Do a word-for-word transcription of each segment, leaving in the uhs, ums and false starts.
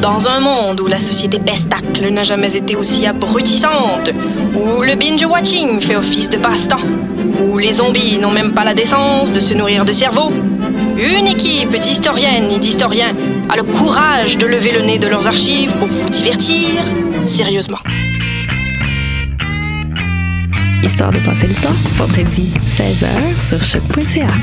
Dans un monde où la société pestacle n'a jamais été aussi abrutissante, où le binge-watching fait office de passe-temps, où les zombies n'ont même pas la décence de se nourrir de cerveau, une équipe d'historiennes et d'historiens a le courage de lever le nez de leurs archives pour vous divertir sérieusement. Histoire de passer le temps, vendredi seize heures sur choc point c a.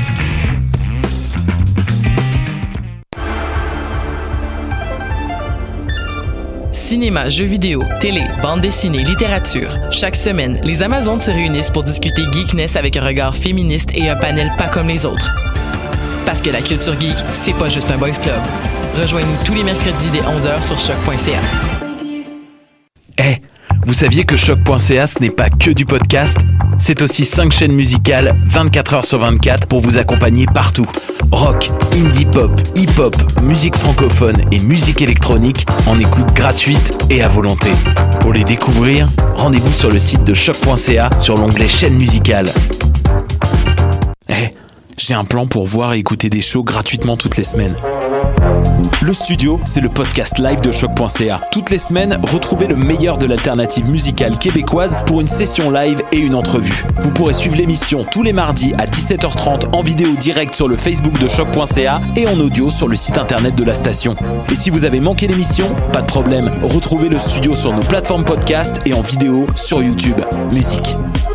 Cinéma, jeux vidéo, télé, bande dessinée, littérature. Chaque semaine, les Amazones se réunissent pour discuter geekness avec un regard féministe et un panel pas comme les autres. Parce que la culture geek, c'est pas juste un boys club. Rejoignez-nous tous les mercredis dès onze heures sur choc point c a. Eh, hey, vous saviez que choc point c a ce n'est pas que du podcast? C'est aussi cinq chaînes musicales vingt-quatre heures sur vingt-quatre pour vous accompagner partout. Rock, indie pop, hip-hop, musique francophone et musique électronique en écoute gratuite et à volonté. Pour les découvrir, rendez-vous sur le site de choc point c a sur l'onglet chaîne musicale. Eh, hey, j'ai un plan pour voir et écouter des shows gratuitement toutes les semaines. Le Studio, c'est le podcast live de choc point c a. Toutes les semaines, retrouvez le meilleur de l'alternative musicale québécoise pour une session live et une entrevue. Vous pourrez suivre l'émission tous les mardis à dix-sept heures trente en vidéo directe sur le Facebook de choc point c a et en audio sur le site internet de la station. Et si vous avez manqué l'émission, pas de problème, retrouvez le Studio sur nos plateformes podcast et en vidéo sur YouTube. Musique.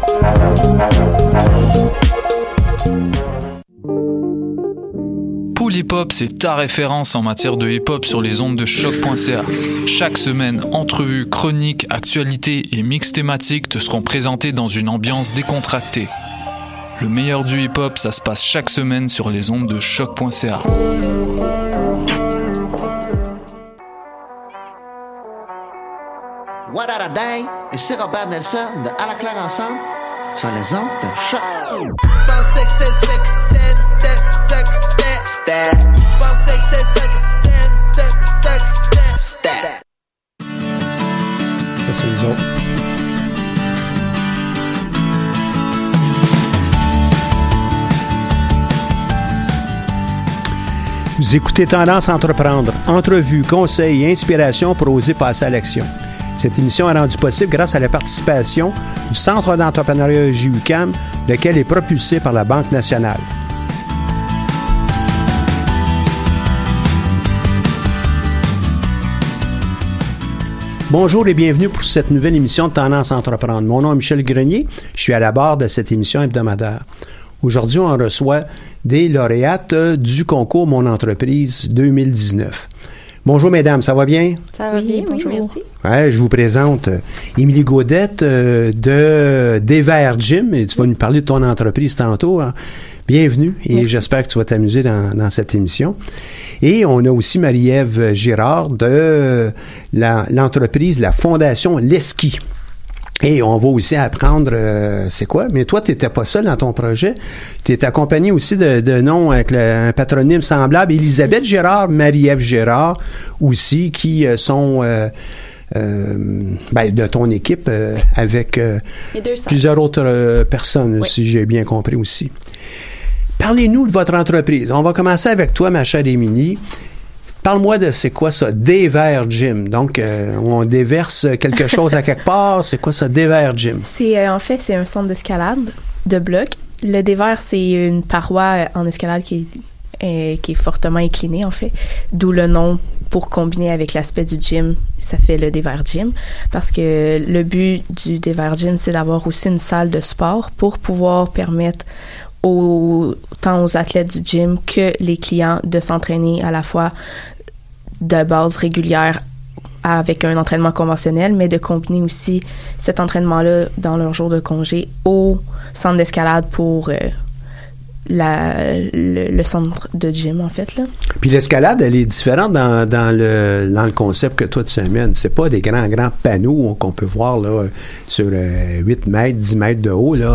Pool Hip Hop, c'est ta référence en matière de hip-hop sur les ondes de choc point c a. Chaque semaine, entrevues, chroniques, actualités et mix thématiques te seront présentés dans une ambiance décontractée. Le meilleur du hip-hop, ça se passe chaque semaine sur les ondes de choc point c a. What a day, et c'est Robert Nelson de À la claire ensemble sur les ondes de choc. C'est les autres. Vous écoutez Tendance à entreprendre, entrevues, conseils et inspirations pour oser passer à l'action. Cette émission est rendue possible grâce à la participation du Centre d'entrepreneuriat J U Q A M, lequel est propulsé par la Banque nationale. Bonjour et bienvenue pour cette nouvelle émission de Tendance à entreprendre. Mon nom est Michel Grenier, je suis à la barre de cette émission hebdomadaire. Aujourd'hui, on reçoit des lauréates du concours Mon entreprise deux mille dix-neuf. Bonjour mesdames, ça va bien? Ça va bien, oui, merci. Ouais, je vous présente euh, Émilie Gaudette euh, de Des Verts Gym, et tu vas nous parler de ton entreprise tantôt. Hein. Bienvenue, et merci. J'espère que tu vas t'amuser dans, dans cette émission. Et on a aussi Marie-Ève Girard de la, l'entreprise, la Fondation Leski. Et on va aussi apprendre, euh, c'est quoi? Mais toi, tu n'étais pas seul dans ton projet. Tu es accompagné aussi de, de noms avec le, un patronyme semblable. Élisabeth Girard, Marie-Ève Girard aussi, qui euh, sont euh, euh, ben, de ton équipe euh, avec euh, plusieurs autres euh, personnes, oui. Si j'ai bien compris aussi. Parlez-nous de votre entreprise. On va commencer avec toi, ma chère Émilie. Parle-moi de c'est quoi ça, Des Verts Gym. Donc, euh, on déverse quelque chose à quelque part. C'est quoi ça, Des Verts Gym? C'est, euh, en fait, c'est un centre d'escalade de bloc. Le Des Verts, c'est une paroi en escalade qui est, euh, qui est fortement inclinée, en fait. D'où le nom pour combiner avec l'aspect du gym. Ça fait le Des Verts Gym. Parce que le but du Des Verts Gym, c'est d'avoir aussi une salle de sport pour pouvoir permettre autant aux athlètes du gym que les clients de s'entraîner à la fois de base régulière avec un entraînement conventionnel, mais de combiner aussi cet entraînement-là dans leur jour de congé au centre d'escalade pour euh, la, le, le centre de gym, en fait, là. Puis l'escalade, elle est différente dans, dans, le, dans le concept que toi tu amènes. C'est pas des grands, grands panneaux qu'on peut voir là sur euh, huit mètres, dix mètres de haut, là.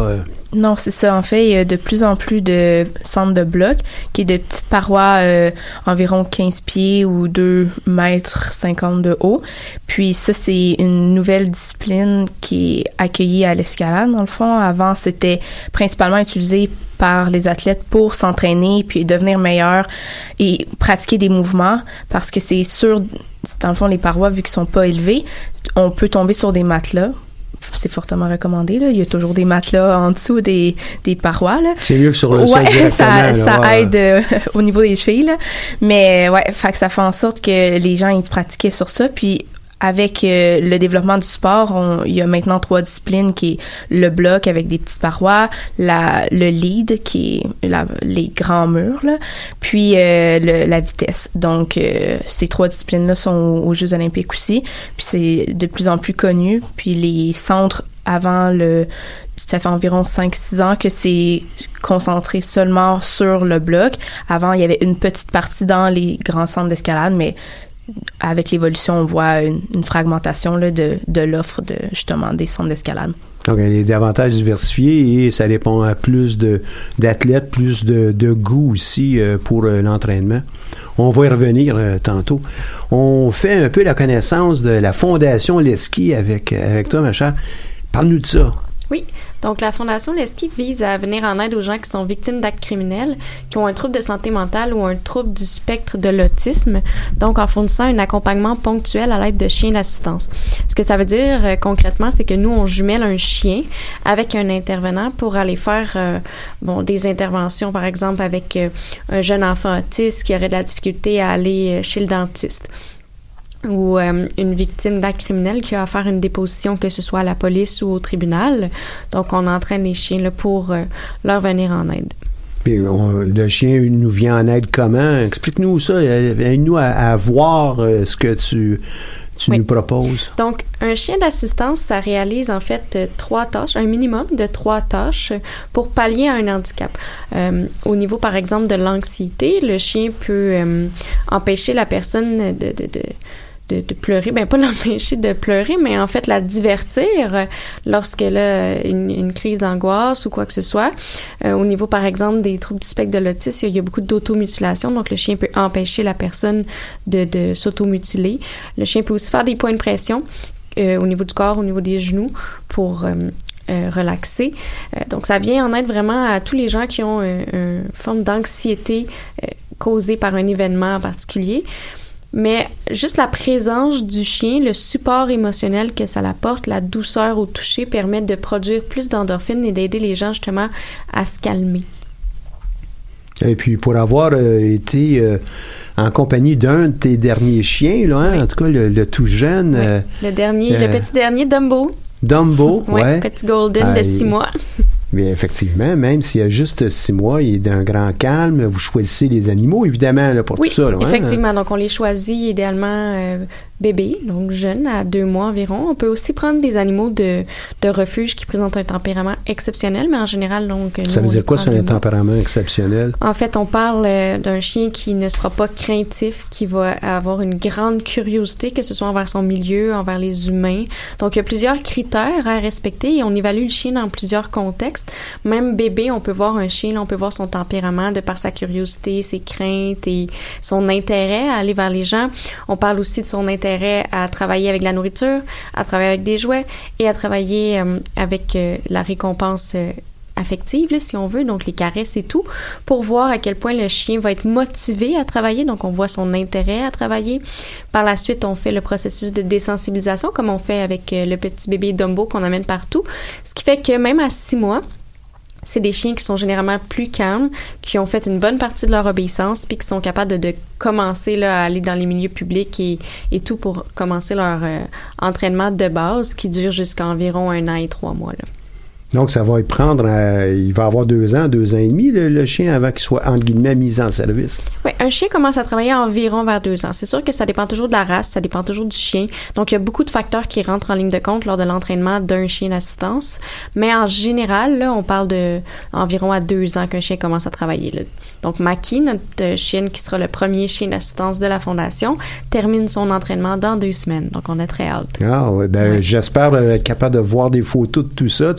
Non, c'est ça. En fait, il y a de plus en plus de centres de blocs, qui est de petites parois euh, environ quinze pieds ou deux mètres cinquante de haut. Puis ça, c'est une nouvelle discipline qui est accueillie à l'escalade, dans le fond. Avant, c'était principalement utilisé par les athlètes pour s'entraîner puis devenir meilleurs et pratiquer des mouvements, parce que c'est sûr, dans le fond, les parois, vu qu'ils sont pas élevés, on peut tomber sur des matelas. C'est fortement recommandé, là. Il y a toujours des matelas en dessous des, des parois, là. C'est mieux que sur le ouais, sol directement. ça, là, ça ouais. aide euh, au niveau des chevilles, là. Mais, ouais, fait que ça fait en sorte que les gens, ils se pratiquaient sur ça. Puis, avec euh, le développement du sport, on, il y a maintenant trois disciplines qui est le bloc avec des petites parois, la, le lead qui est la, les grands murs, là, puis euh, le, la vitesse. Donc, euh, ces trois disciplines-là sont aux, aux Jeux olympiques aussi, puis c'est de plus en plus connu. Puis les centres avant le... Ça fait environ cinq six ans que c'est concentré seulement sur le bloc. Avant, il y avait une petite partie dans les grands centres d'escalade, mais avec l'évolution, on voit une, une fragmentation là, de, de l'offre de, justement, des centres d'escalade. Donc, elle est davantage diversifiée et ça répond à plus de, d'athlètes, plus de, de goût aussi euh, pour euh, l'entraînement. On va y revenir euh, tantôt. On fait un peu la connaissance de la Fondation Lesky avec, avec toi, ma chère. Parle-nous de ça. Oui, donc la Fondation Lesky vise à venir en aide aux gens qui sont victimes d'actes criminels, qui ont un trouble de santé mentale ou un trouble du spectre de l'autisme, donc en fournissant un accompagnement ponctuel à l'aide de chiens d'assistance. Ce que ça veut dire euh, concrètement, c'est que nous, on jumelle un chien avec un intervenant pour aller faire euh, bon des interventions, par exemple avec euh, un jeune enfant autiste qui aurait de la difficulté à aller euh, chez le dentiste, ou euh, une victime d'actes criminels qui a à faire une déposition, que ce soit à la police ou au tribunal. Donc, on entraîne les chiens là, pour euh, leur venir en aide. Puis on, le chien nous vient en aide comment? Explique-nous ça. Aide-nous à, à voir euh, ce que tu, tu oui. nous proposes. Donc, un chien d'assistance, ça réalise en fait euh, trois tâches, un minimum de trois tâches pour pallier à un handicap. Euh, au niveau, par exemple, de l'anxiété, le chien peut euh, empêcher la personne de... de, de De, de pleurer, ben pas l'empêcher de pleurer, mais en fait la divertir lorsqu'elle a une, une crise d'angoisse ou quoi que ce soit. Euh, au niveau, par exemple, des troubles du spectre de l'autisme, il y a beaucoup d'automutilation, donc le chien peut empêcher la personne de, de s'automutiler. Le chien peut aussi faire des points de pression euh, au niveau du corps, au niveau des genoux, pour euh, euh, relaxer. Euh, donc ça vient en aide vraiment à tous les gens qui ont euh, une forme d'anxiété euh, causée par un événement en particulier. Mais juste la présence du chien, le support émotionnel que ça apporte, la douceur au toucher, permet de produire plus d'endorphines et d'aider les gens justement à se calmer. Et puis pour avoir euh, été euh, en compagnie d'un de tes derniers chiens, là, hein, oui. En tout cas le, le tout jeune. Oui. Euh, le dernier, euh, le petit dernier, Dumbo. Dumbo, oui, ouais. Petit golden ah, de six mois. Bien, effectivement, même s'il y a juste six mois, il est d'un grand calme. Vous choisissez les animaux, évidemment, là, pour oui, tout ça. Là, effectivement. Hein? Donc, on les choisit idéalement euh, bébés, donc jeunes, à deux mois environ. On peut aussi prendre des animaux de, de refuge qui présentent un tempérament exceptionnel, mais en général, donc... Ça nous, veut dire quoi, c'est un tempérament exceptionnel? En fait, on parle euh, d'un chien qui ne sera pas craintif, qui va avoir une grande curiosité, que ce soit envers son milieu, envers les humains. Donc, il y a plusieurs critères à respecter et on évalue le chien dans plusieurs contextes. Même bébé, on peut voir un chien, là, on peut voir son tempérament de par sa curiosité, ses craintes et son intérêt à aller vers les gens. On parle aussi de son intérêt à travailler avec la nourriture, à travailler avec des jouets et à travailler euh, avec euh, la récompense euh, affective, là, si on veut, donc les caresses et tout, pour voir à quel point le chien va être motivé à travailler. Donc, on voit son intérêt à travailler. Par la suite, on fait le processus de désensibilisation, comme on fait avec euh, le petit bébé Dumbo qu'on amène partout. Ce qui fait que même à six mois, c'est des chiens qui sont généralement plus calmes, qui ont fait une bonne partie de leur obéissance, puis qui sont capables de, de commencer là, à aller dans les milieux publics et, et tout pour commencer leur euh, entraînement de base qui dure jusqu'à environ un an et trois mois. Là. Donc, ça va y prendre, euh, il va avoir deux ans, deux ans et demi, le, le chien, avant qu'il soit, entre guillemets, mis en service. Oui, un chien commence à travailler environ vers deux ans. C'est sûr que ça dépend toujours de la race, ça dépend toujours du chien. Donc, il y a beaucoup de facteurs qui rentrent en ligne de compte lors de l'entraînement d'un chien d'assistance. Mais en général, là, on parle de environ à deux ans qu'un chien commence à travailler. Là. Donc, Maki, notre chienne qui sera le premier chien d'assistance de la Fondation, termine son entraînement dans deux semaines. Donc, on est très hâte. Ah oui, ben, ouais. J'espère être capable de voir des photos de tout ça. Tu nous envoies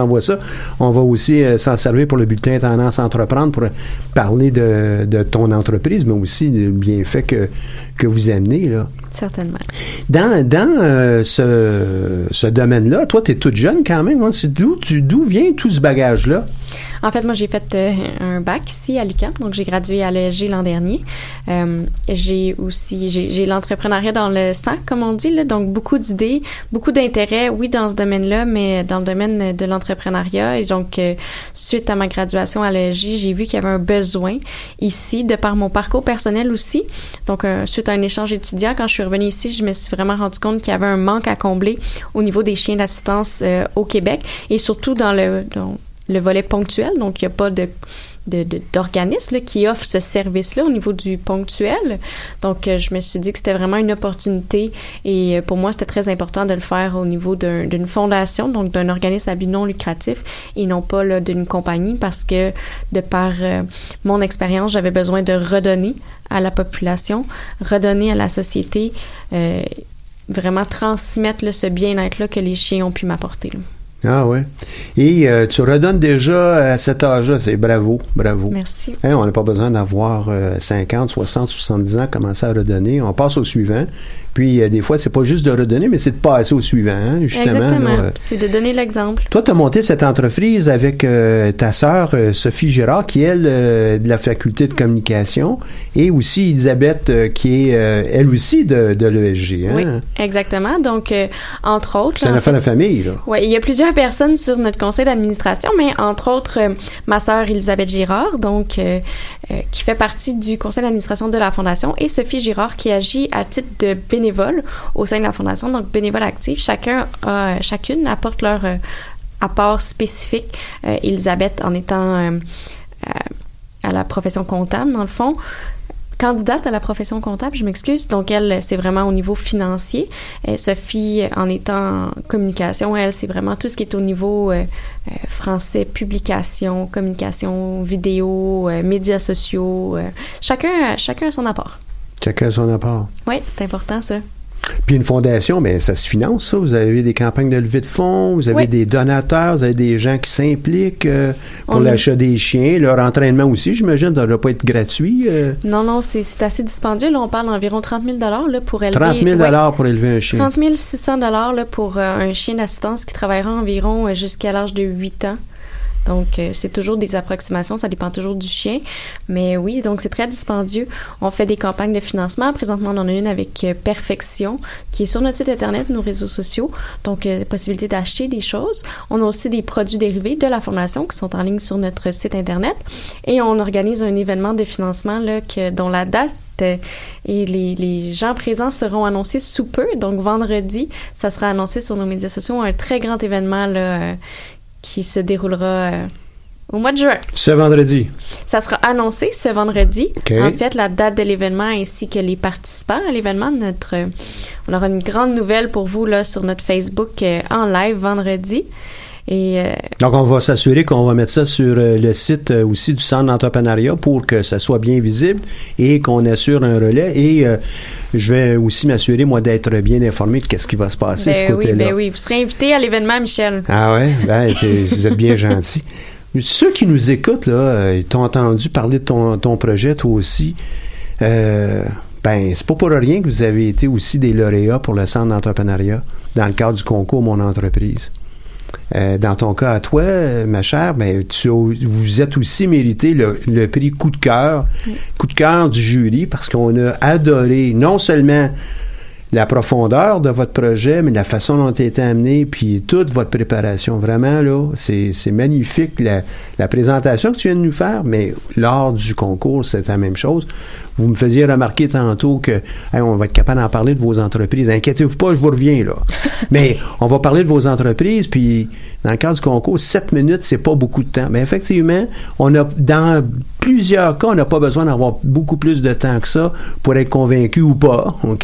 envoie ça. On va aussi euh, s'en servir pour le bulletin Tendance Entreprendre pour parler de, de ton entreprise, mais aussi du bienfait que, que vous amenez, là. Certainement. Dans, dans euh, ce, ce domaine-là, toi, tu es toute jeune quand même. Hein? C'est d'où, tu, d'où vient tout ce bagage-là? En fait, moi, j'ai fait euh, un bac ici à l'U Q A M, donc j'ai gradué à l'E S G l'an dernier. Euh, j'ai aussi, j'ai, j'ai l'entrepreneuriat dans le sang, comme on dit, là, donc beaucoup d'idées, beaucoup d'intérêts, oui, dans ce domaine-là, mais dans le domaine de l'entrepreneuriat. Et donc, euh, suite à ma graduation à l'E S G, j'ai vu qu'il y avait un besoin ici, de par mon parcours personnel aussi. Donc, euh, suite à un échange étudiant, quand je suis revenue ici, je me suis vraiment rendu compte qu'il y avait un manque à combler au niveau des chiens d'assistance euh, au Québec et surtout dans le... Dans, le volet ponctuel, donc il n'y a pas de, de, de d'organisme là, qui offre ce service-là au niveau du ponctuel. Donc, euh, je me suis dit que c'était vraiment une opportunité et euh, pour moi, c'était très important de le faire au niveau d'un, d'une fondation, donc d'un organisme à but non lucratif et non pas là, d'une compagnie parce que de par euh, mon expérience, j'avais besoin de redonner à la population, redonner à la société, euh, vraiment transmettre là, ce bien-être-là que les chiens ont pu m'apporter, là. Ah ouais. Et euh, tu redonnes déjà à cet âge-là. C'est bravo, bravo. Merci. Hein, on n'a pas besoin d'avoir euh, cinquante, soixante, soixante-dix ans, commencer à redonner. On passe au suivant. Puis, euh, des fois, c'est pas juste de redonner, mais c'est de passer au suivant, hein, justement. Exactement. Là, euh, c'est de donner l'exemple. Toi, tu as monté cette entreprise avec euh, ta sœur, euh, Sophie Girard, qui, elle, euh, de la faculté de communication, et aussi Elisabeth, euh, qui est, euh, elle aussi, de, de l'E S G. Hein? Oui, exactement. Donc, euh, entre autres... C'est là, une affaire de famille, là. Oui, il y a plusieurs personnes sur notre conseil d'administration, mais entre autres, euh, ma sœur Elisabeth Girard, donc, euh, euh, qui fait partie du conseil d'administration de la Fondation, et Sophie Girard, qui agit à titre de bénévole au sein de la Fondation, donc bénévole actif. Chacun a, chacune apporte leur euh, apport spécifique. Euh, Elisabeth en étant euh, euh, à la profession comptable, dans le fond, candidate à la profession comptable, je m'excuse. Donc, elle, c'est vraiment au niveau financier. Et Sophie, en étant en communication, elle, c'est vraiment tout ce qui est au niveau euh, euh, français, publication, communication, vidéo, euh, médias sociaux. Euh, chacun, chacun a son apport. Chacun a son apport. Oui, c'est important, ça. Puis une fondation, bien, ça se finance, ça. Vous avez des campagnes de levée de fonds, vous avez oui. des donateurs, vous avez des gens qui s'impliquent euh, pour On l'achat des chiens. Leur entraînement aussi, j'imagine, ne doit pas être gratuit. Euh. Non, non, c'est, c'est assez dispendieux. Là, on parle d'environ trente mille dollars là, pour élever... trente mille dollars ouais, pour élever un chien. trente mille six cents dollars là, pour euh, un chien d'assistance qui travaillera environ euh, jusqu'à l'âge de huit ans. Donc, euh, c'est toujours des approximations, ça dépend toujours du chien. Mais oui, donc c'est très dispendieux. On fait des campagnes de financement. Présentement, on en a une avec euh, Perfection, qui est sur notre site Internet, nos réseaux sociaux. Donc, euh, possibilité d'acheter des choses. On a aussi des produits dérivés de la Fondation qui sont en ligne sur notre site Internet. Et on organise un événement de financement là, que, dont la date et les, les gens présents seront annoncés sous peu. Donc, vendredi, ça sera annoncé sur nos médias sociaux. Un très grand événement là, euh, qui se déroulera euh, au mois de juin. Ce vendredi. Ça sera annoncé ce vendredi. Okay. En fait, la date de l'événement ainsi que les participants à l'événement. Notre, euh, on aura une grande nouvelle pour vous là sur notre Facebook euh, en live vendredi. Et, euh, Donc, on va s'assurer qu'on va mettre ça sur euh, le site euh, aussi du Centre d'entrepreneuriat pour que ça soit bien visible et qu'on assure un relais. Et euh, je vais aussi m'assurer, moi, d'être bien informé de ce qui va se passer ben de ce côté-là. Oui, ben oui, vous serez invité à l'événement, Michel. Ah ouais? Ben, vous êtes bien gentil. Ceux qui nous écoutent, là, ils t'ont entendu parler de ton, ton projet, toi aussi. Euh, ben, c'est pas pour rien que vous avez été aussi des lauréats pour le Centre d'entrepreneuriat dans le cadre du concours Mon entreprise. Euh, dans ton cas à toi, ma chère, ben, tu, vous êtes aussi mérité le, le prix coup de cœur, oui. coup de cœur du jury, parce qu'on a adoré non seulement la profondeur de votre projet, mais la façon dont il a été amené, puis toute votre préparation. Vraiment, là, c'est, c'est magnifique, la, la présentation que tu viens de nous faire, mais lors du concours, c'est la même chose. Vous me faisiez remarquer tantôt que hey, on va être capable d'en parler de vos entreprises. Inquiétez-vous pas, je vous reviens, là. Mais on va parler de vos entreprises, puis dans le cadre du concours, sept minutes, c'est pas beaucoup de temps. Mais effectivement, on a dans plusieurs cas, on n'a pas besoin d'avoir beaucoup plus de temps que ça pour être convaincu ou pas, OK,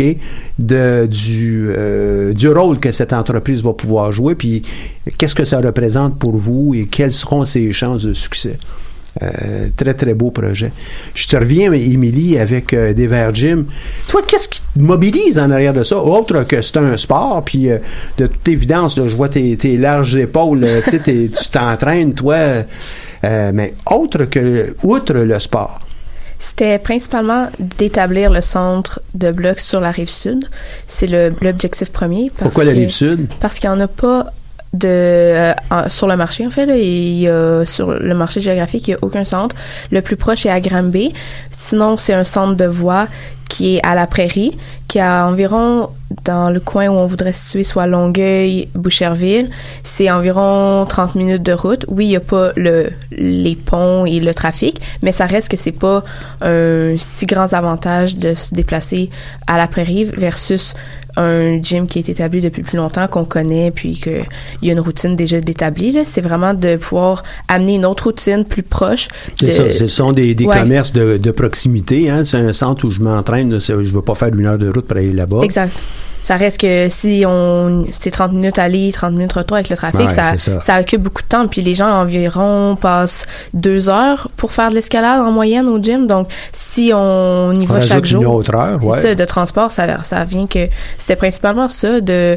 de, du, euh, du rôle que cette entreprise va pouvoir jouer, puis qu'est-ce que ça représente pour vous et quelles seront ses chances de succès. Euh, très, très beau projet. Je te reviens, Émilie, avec euh, des Verts Gym. Toi, qu'est-ce qui te mobilise en arrière de ça, autre que c'est un sport, puis euh, de toute évidence, là, je vois tes, tes larges épaules, tu sais, tu t'entraînes, toi, euh, mais autre que, outre le sport. C'était principalement d'établir le centre de bloc sur la Rive-Sud. C'est le, l'objectif premier. Parce Pourquoi que, la Rive-Sud? Parce qu'il n'y en a pas de euh, en, sur le marché, en fait. Là, il y a, sur le marché géographique, il n'y a aucun centre. Le plus proche est à Granby. Sinon, c'est un centre de voie qui est à la Prairie, qui a environ, dans le coin où on voudrait situer, soit Longueuil, Boucherville, c'est environ trente minutes de route. Oui, il n'y a pas le, les ponts et le trafic, mais ça reste que c'est pas un si grand avantage de se déplacer à la Prairie versus un gym qui est établi depuis plus longtemps, qu'on connaît, puis qu'il y a une routine déjà établie. Là. C'est vraiment de pouvoir amener une autre routine plus proche. C'est de... ça, ce sont des, des ouais. commerces de, de proximité. Hein? C'est un centre où je m'entraîne. Là, je ne veux pas faire une heure de route pour aller là-bas. Exact. Ça reste que si on c'est trente minutes aller, trente minutes retour avec le trafic, ouais, ça, ça ça occupe beaucoup de temps. Puis les gens environ passent deux heures pour faire de l'escalade en moyenne au gym. Donc si on y va on chaque jour, une autre heure, ouais. c'est ça, de transport, ça ça vient que c'était principalement ça, de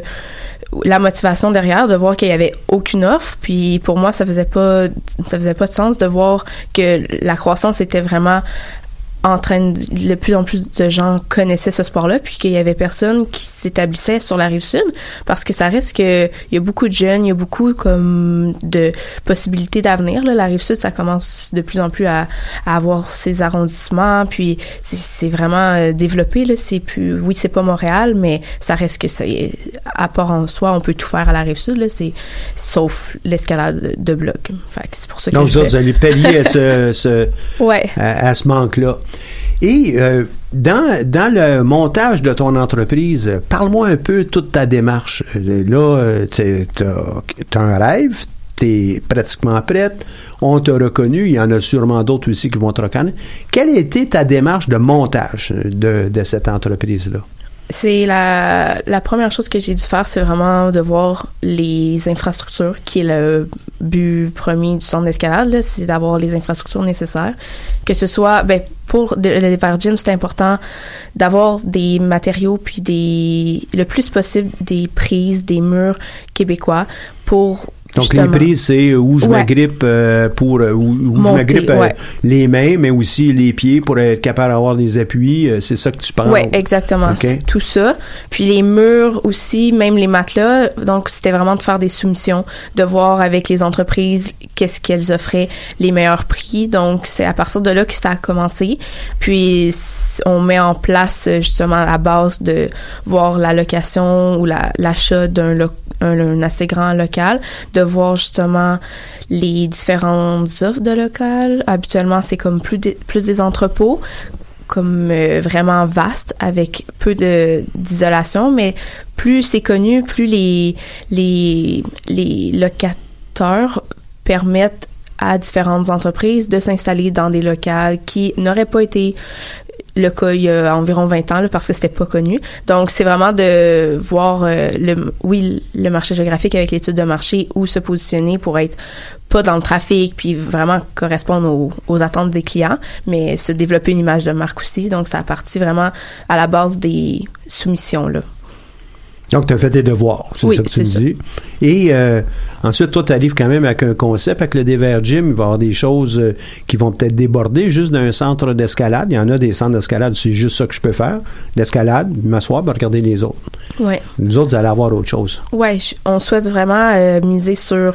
la motivation derrière, de voir qu'il y avait aucune offre. Puis pour moi, ça faisait pas ça faisait pas de sens de voir que la croissance était vraiment en train de, de plus en plus de gens connaissaient ce sport-là, puis qu'il y avait personne qui s'établissait sur la Rive-Sud, parce que ça reste que il y a beaucoup de jeunes, il y a beaucoup comme de possibilités d'avenir. Là. La Rive-Sud, ça commence de plus en plus à, à avoir ses arrondissements, puis c'est, c'est vraiment euh, développé. Là. C'est plus, oui, c'est pas Montréal, mais ça reste que c'est à part en soi, on peut tout faire à la Rive-Sud. Là, c'est sauf l'escalade de bloc. Fait que c'est pour ça que donc je vous, fais... vous allez pallier à ce, ce ouais. à, à ce manque-là. Et euh, dans, dans le montage de ton entreprise, parle-moi un peu toute ta démarche. Là, tu as un rêve, tu es pratiquement prête, on t'a reconnu, il y en a sûrement d'autres aussi qui vont te reconnaître. Quelle a été ta démarche de montage de, de cette entreprise-là? C'est la, la première chose que j'ai dû faire, c'est vraiment de voir les infrastructures, qui est le but premier du centre d'escalade, là, c'est d'avoir les infrastructures nécessaires. Que ce soit, ben, pour les Verts Gym, c'est important d'avoir des matériaux puis des, le plus possible des prises, des murs québécois pour donc, justement, les prises, c'est où je ouais. m'agrippe euh, pour où, où monter, je m'agrippe euh, ouais. les mains, mais aussi les pieds pour être capable d'avoir des appuis. Euh, c'est ça que tu penses? Oui, exactement. Okay. Tout ça. Puis les murs aussi, même les matelas. Donc, c'était vraiment de faire des soumissions, de voir avec les entreprises qu'est-ce qu'elles offraient les meilleurs prix. Donc, c'est à partir de là que ça a commencé. Puis, on met en place justement à la base de voir la location ou la, l'achat d'un lo- un, un assez grand local, de voir justement les différentes offres de local. Habituellement, c'est comme plus des, plus des entrepôts, comme euh, vraiment vaste, avec peu de d'isolation, mais plus c'est connu, plus les les les locateurs permettent à différentes entreprises de s'installer dans des locales qui n'auraient pas été le cas il y a environ vingt ans, là, parce que c'était pas connu. Donc, c'est vraiment de voir, euh, le oui, le marché géographique avec l'étude de marché, où se positionner pour être pas dans le trafic, puis vraiment correspondre aux, aux attentes des clients, mais se développer une image de marque aussi. Donc, ça a parti vraiment à la base des soumissions, là. Donc, tu as fait tes devoirs, c'est oui, ça que tu c'est me ça. dis. Et euh, ensuite, toi, tu arrives quand même avec un concept. Avec le des Verts Gym, il va y avoir des choses euh, qui vont peut-être déborder juste d'un centre d'escalade. Il y en a des centres d'escalade, c'est juste ça que je peux faire. L'escalade, m'asseoir, ben, regarder les autres. Oui. Nous autres, vous allez avoir autre chose. Oui, on souhaite vraiment euh, miser sur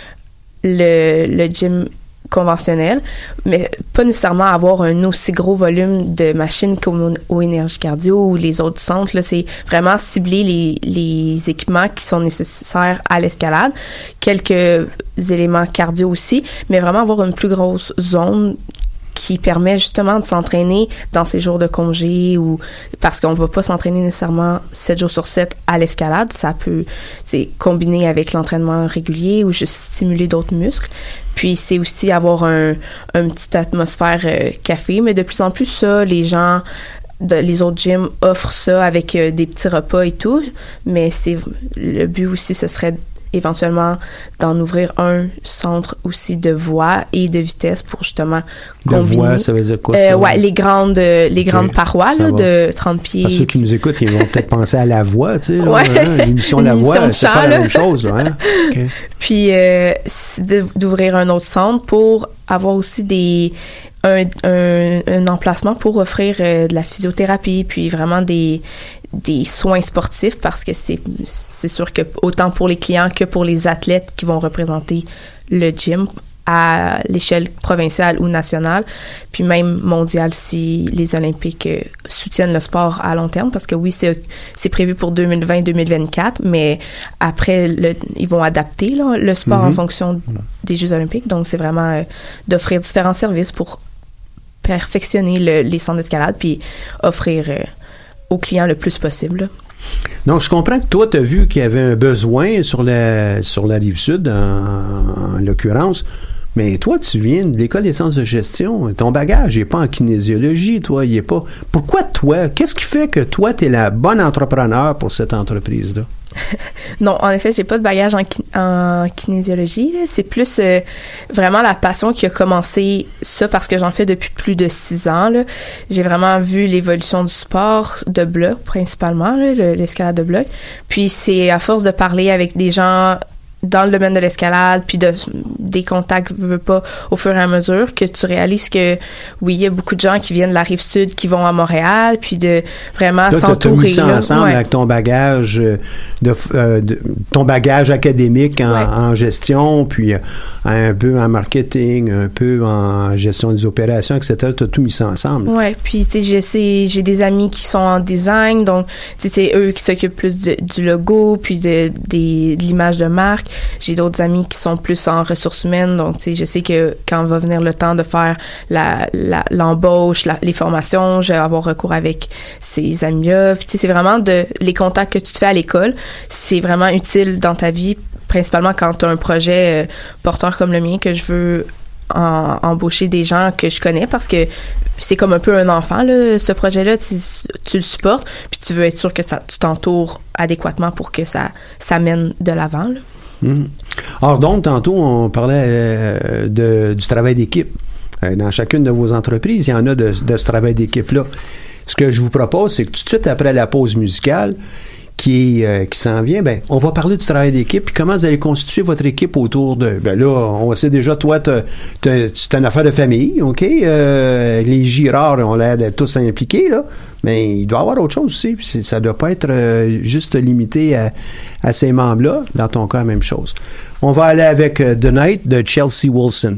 le, le gym conventionnel, mais pas nécessairement avoir un aussi gros volume de machines comme au, au Énergie Cardio ou les autres centres. Là, c'est vraiment cibler les, les équipements qui sont nécessaires à l'escalade, quelques éléments cardio aussi, mais vraiment avoir une plus grosse zone qui permet justement de s'entraîner dans ces jours de congé, ou parce qu'on ne va pas s'entraîner nécessairement sept jours sur sept à l'escalade. Ça peut, c'est combiner avec l'entraînement régulier ou juste stimuler d'autres muscles. Puis c'est aussi avoir un, un petite atmosphère euh, café, mais de plus en plus ça, les gens de, les autres gyms offrent ça avec euh, des petits repas et tout, mais c'est le but aussi, ce serait éventuellement d'en ouvrir un centre aussi de voix et de vitesse pour justement de combiner. Voix, ça veut dire quoi, euh, ça? Ouais, les grandes, les okay. grandes parois là, de trente pieds. À ceux qui nous écoutent, ils vont peut-être penser à La Voix, tu sais, là, ouais. hein? L'émission La Voix, c'est chant, pas là. la même chose, hein? Okay. Puis euh, d'ouvrir un autre centre pour avoir aussi des un, un, un emplacement pour offrir euh, de la physiothérapie, puis vraiment des des soins sportifs, parce que c'est c'est sûr que autant pour les clients que pour les athlètes qui vont représenter le gym à l'échelle provinciale ou nationale, puis même mondiale si les Olympiques euh, soutiennent le sport à long terme, parce que oui, c'est c'est prévu pour deux mille vingt deux mille vingt-quatre, mais après, le, ils vont adapter là, le sport mm-hmm. en fonction des Jeux olympiques, donc c'est vraiment euh, d'offrir différents services pour perfectionner le, les centres d'escalade, puis offrir euh, aux clients le plus possible. Donc, je comprends que toi, tu as vu qu'il y avait un besoin sur la, sur la Rive-Sud, en, en l'occurrence, mais toi, tu viens de l'École des sciences de gestion. Ton bagage n'est pas en kinésiologie, toi, il est pas... Pourquoi toi? Qu'est-ce qui fait que toi, tu es la bonne entrepreneur pour cette entreprise-là? Non, en effet, j'ai pas de bagage en, ki- en kinésiologie. Là. C'est plus euh, vraiment la passion qui a commencé ça parce que j'en fais depuis plus de six ans. Là. J'ai vraiment vu l'évolution du sport de bloc, principalement, là, le, l'escalade de bloc. Puis c'est à force de parler avec des gens dans le domaine de l'escalade, puis de des contacts, je veux pas, au fur et à mesure, que tu réalises que, oui, il y a beaucoup de gens qui viennent de la Rive-Sud, qui vont à Montréal, puis de vraiment toi, s'entourer. Tu as mis ça là. ensemble ouais. avec ton bagage, de, euh, de, ton bagage académique en, ouais. en gestion, puis un peu en marketing, un peu en gestion des opérations, et cetera. Tu as tout mis ça ensemble. Oui, puis tu sais, je sais, j'ai des amis qui sont en design, donc tu sais, c'est eux qui s'occupent plus de, du logo, puis de, des, de l'image de marque. J'ai d'autres amis qui sont plus en ressources humaines, donc tu sais, je sais que quand va venir le temps de faire la, la l'embauche, la, les formations, je vais avoir recours avec ces amis-là. Puis tu sais, c'est vraiment de les contacts que tu te fais à l'école, c'est vraiment utile dans ta vie, principalement quand tu as un projet euh, porteur comme le mien que je veux en, embaucher des gens que je connais, parce que c'est comme un peu un enfant là, ce projet-là, tu, tu le supportes, puis tu veux être sûr que ça, tu t'entoures adéquatement pour que ça, ça mène de l'avant. Là. Mmh. Alors donc, tantôt, on parlait euh, de, du travail d'équipe. Euh, dans chacune de vos entreprises, il y en a de, de ce travail d'équipe-là. Ce que je vous propose, c'est que tout de suite après la pause musicale qui, euh, qui s'en vient, ben, on va parler du travail d'équipe, puis comment vous allez constituer votre équipe autour de... Ben là, on sait déjà, toi, t'as, t'as, c'est une affaire de famille, OK? Euh, les Girard ont l'air d'être tous impliqués, là, mais il doit y avoir autre chose aussi. Puis ça ne doit pas être euh, juste limité à, à ces membres-là. Dans ton cas, la même chose. On va aller avec euh, The Night de Chelsea Wilson.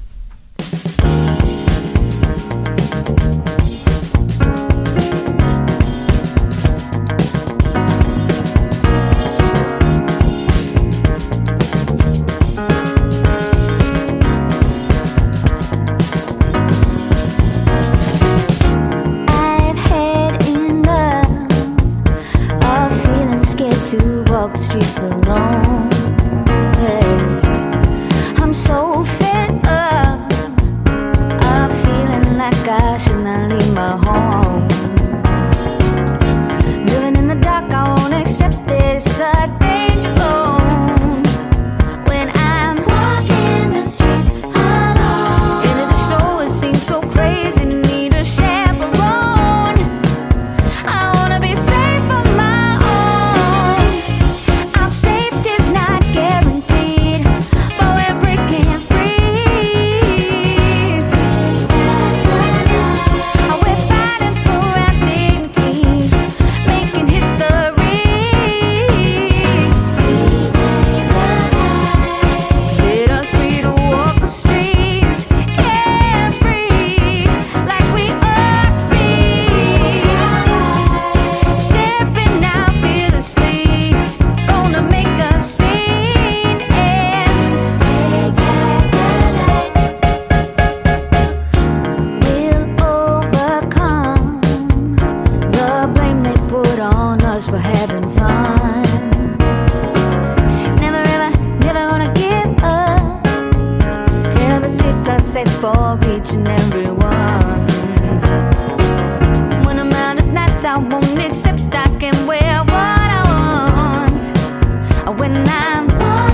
set for each and every one. When I'm out at night, I won't accept I can wear what I want. When I'm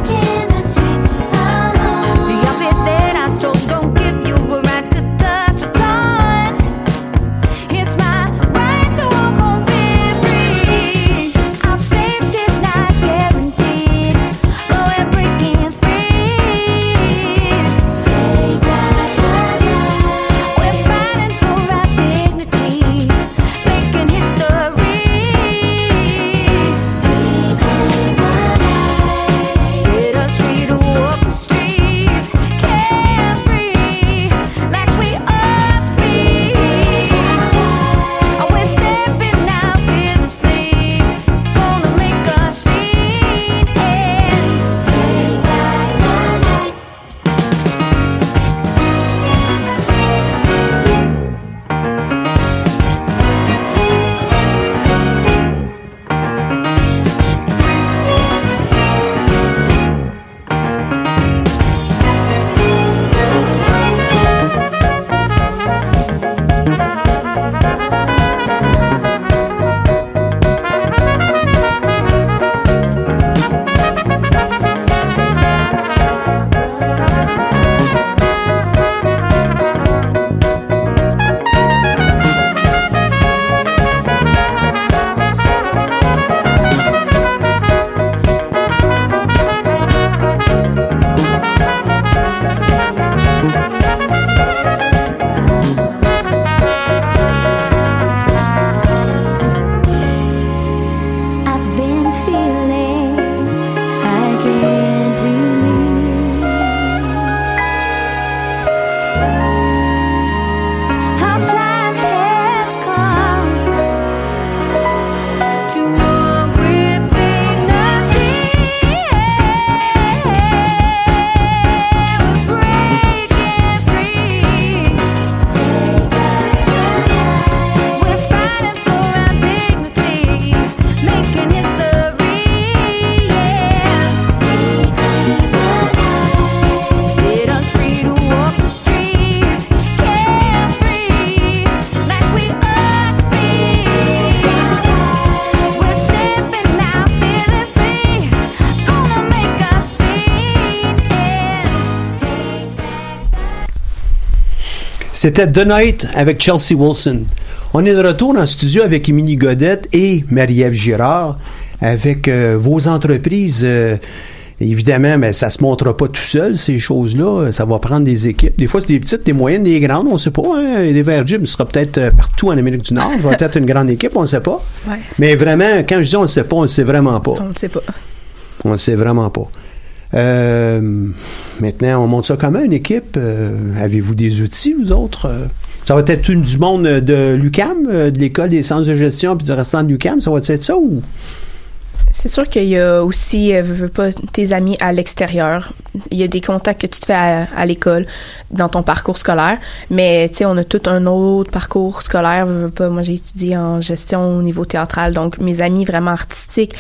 C'était The Night avec Chelsea Wilson. On est de retour dans le studio avec Émilie Godette et Marie-Ève Girard avec euh, vos entreprises. Euh, évidemment, mais ça se montrera pas tout seul, ces choses-là. Ça va prendre des équipes. Des fois, c'est des petites, des moyennes, des grandes, on ne sait pas. Hein. Les Vergym sera peut-être euh, partout en Amérique du Nord. Il va peut-être une grande équipe, on ne sait pas. Ouais. Mais vraiment, quand je dis on ne sait pas, on ne sait vraiment pas. On ne sait pas. On ne sait vraiment pas. Euh, maintenant, on monte ça comment, une équipe? Euh, avez-vous des outils, vous autres? Euh, ça va être une du monde de l'U Q A M, euh, de l'École des sciences de gestion puis du restant de l'U Q A M? Ça va être ça ou... C'est sûr qu'il y a aussi, euh, veux, veux pas, tes amis à l'extérieur. Il y a des contacts que tu te fais à, à l'école, dans ton parcours scolaire. Mais, tu sais, on a tout un autre parcours scolaire. Veux, veux pas, moi, j'ai étudié en gestion au niveau théâtral. Donc, mes amis vraiment artistiques,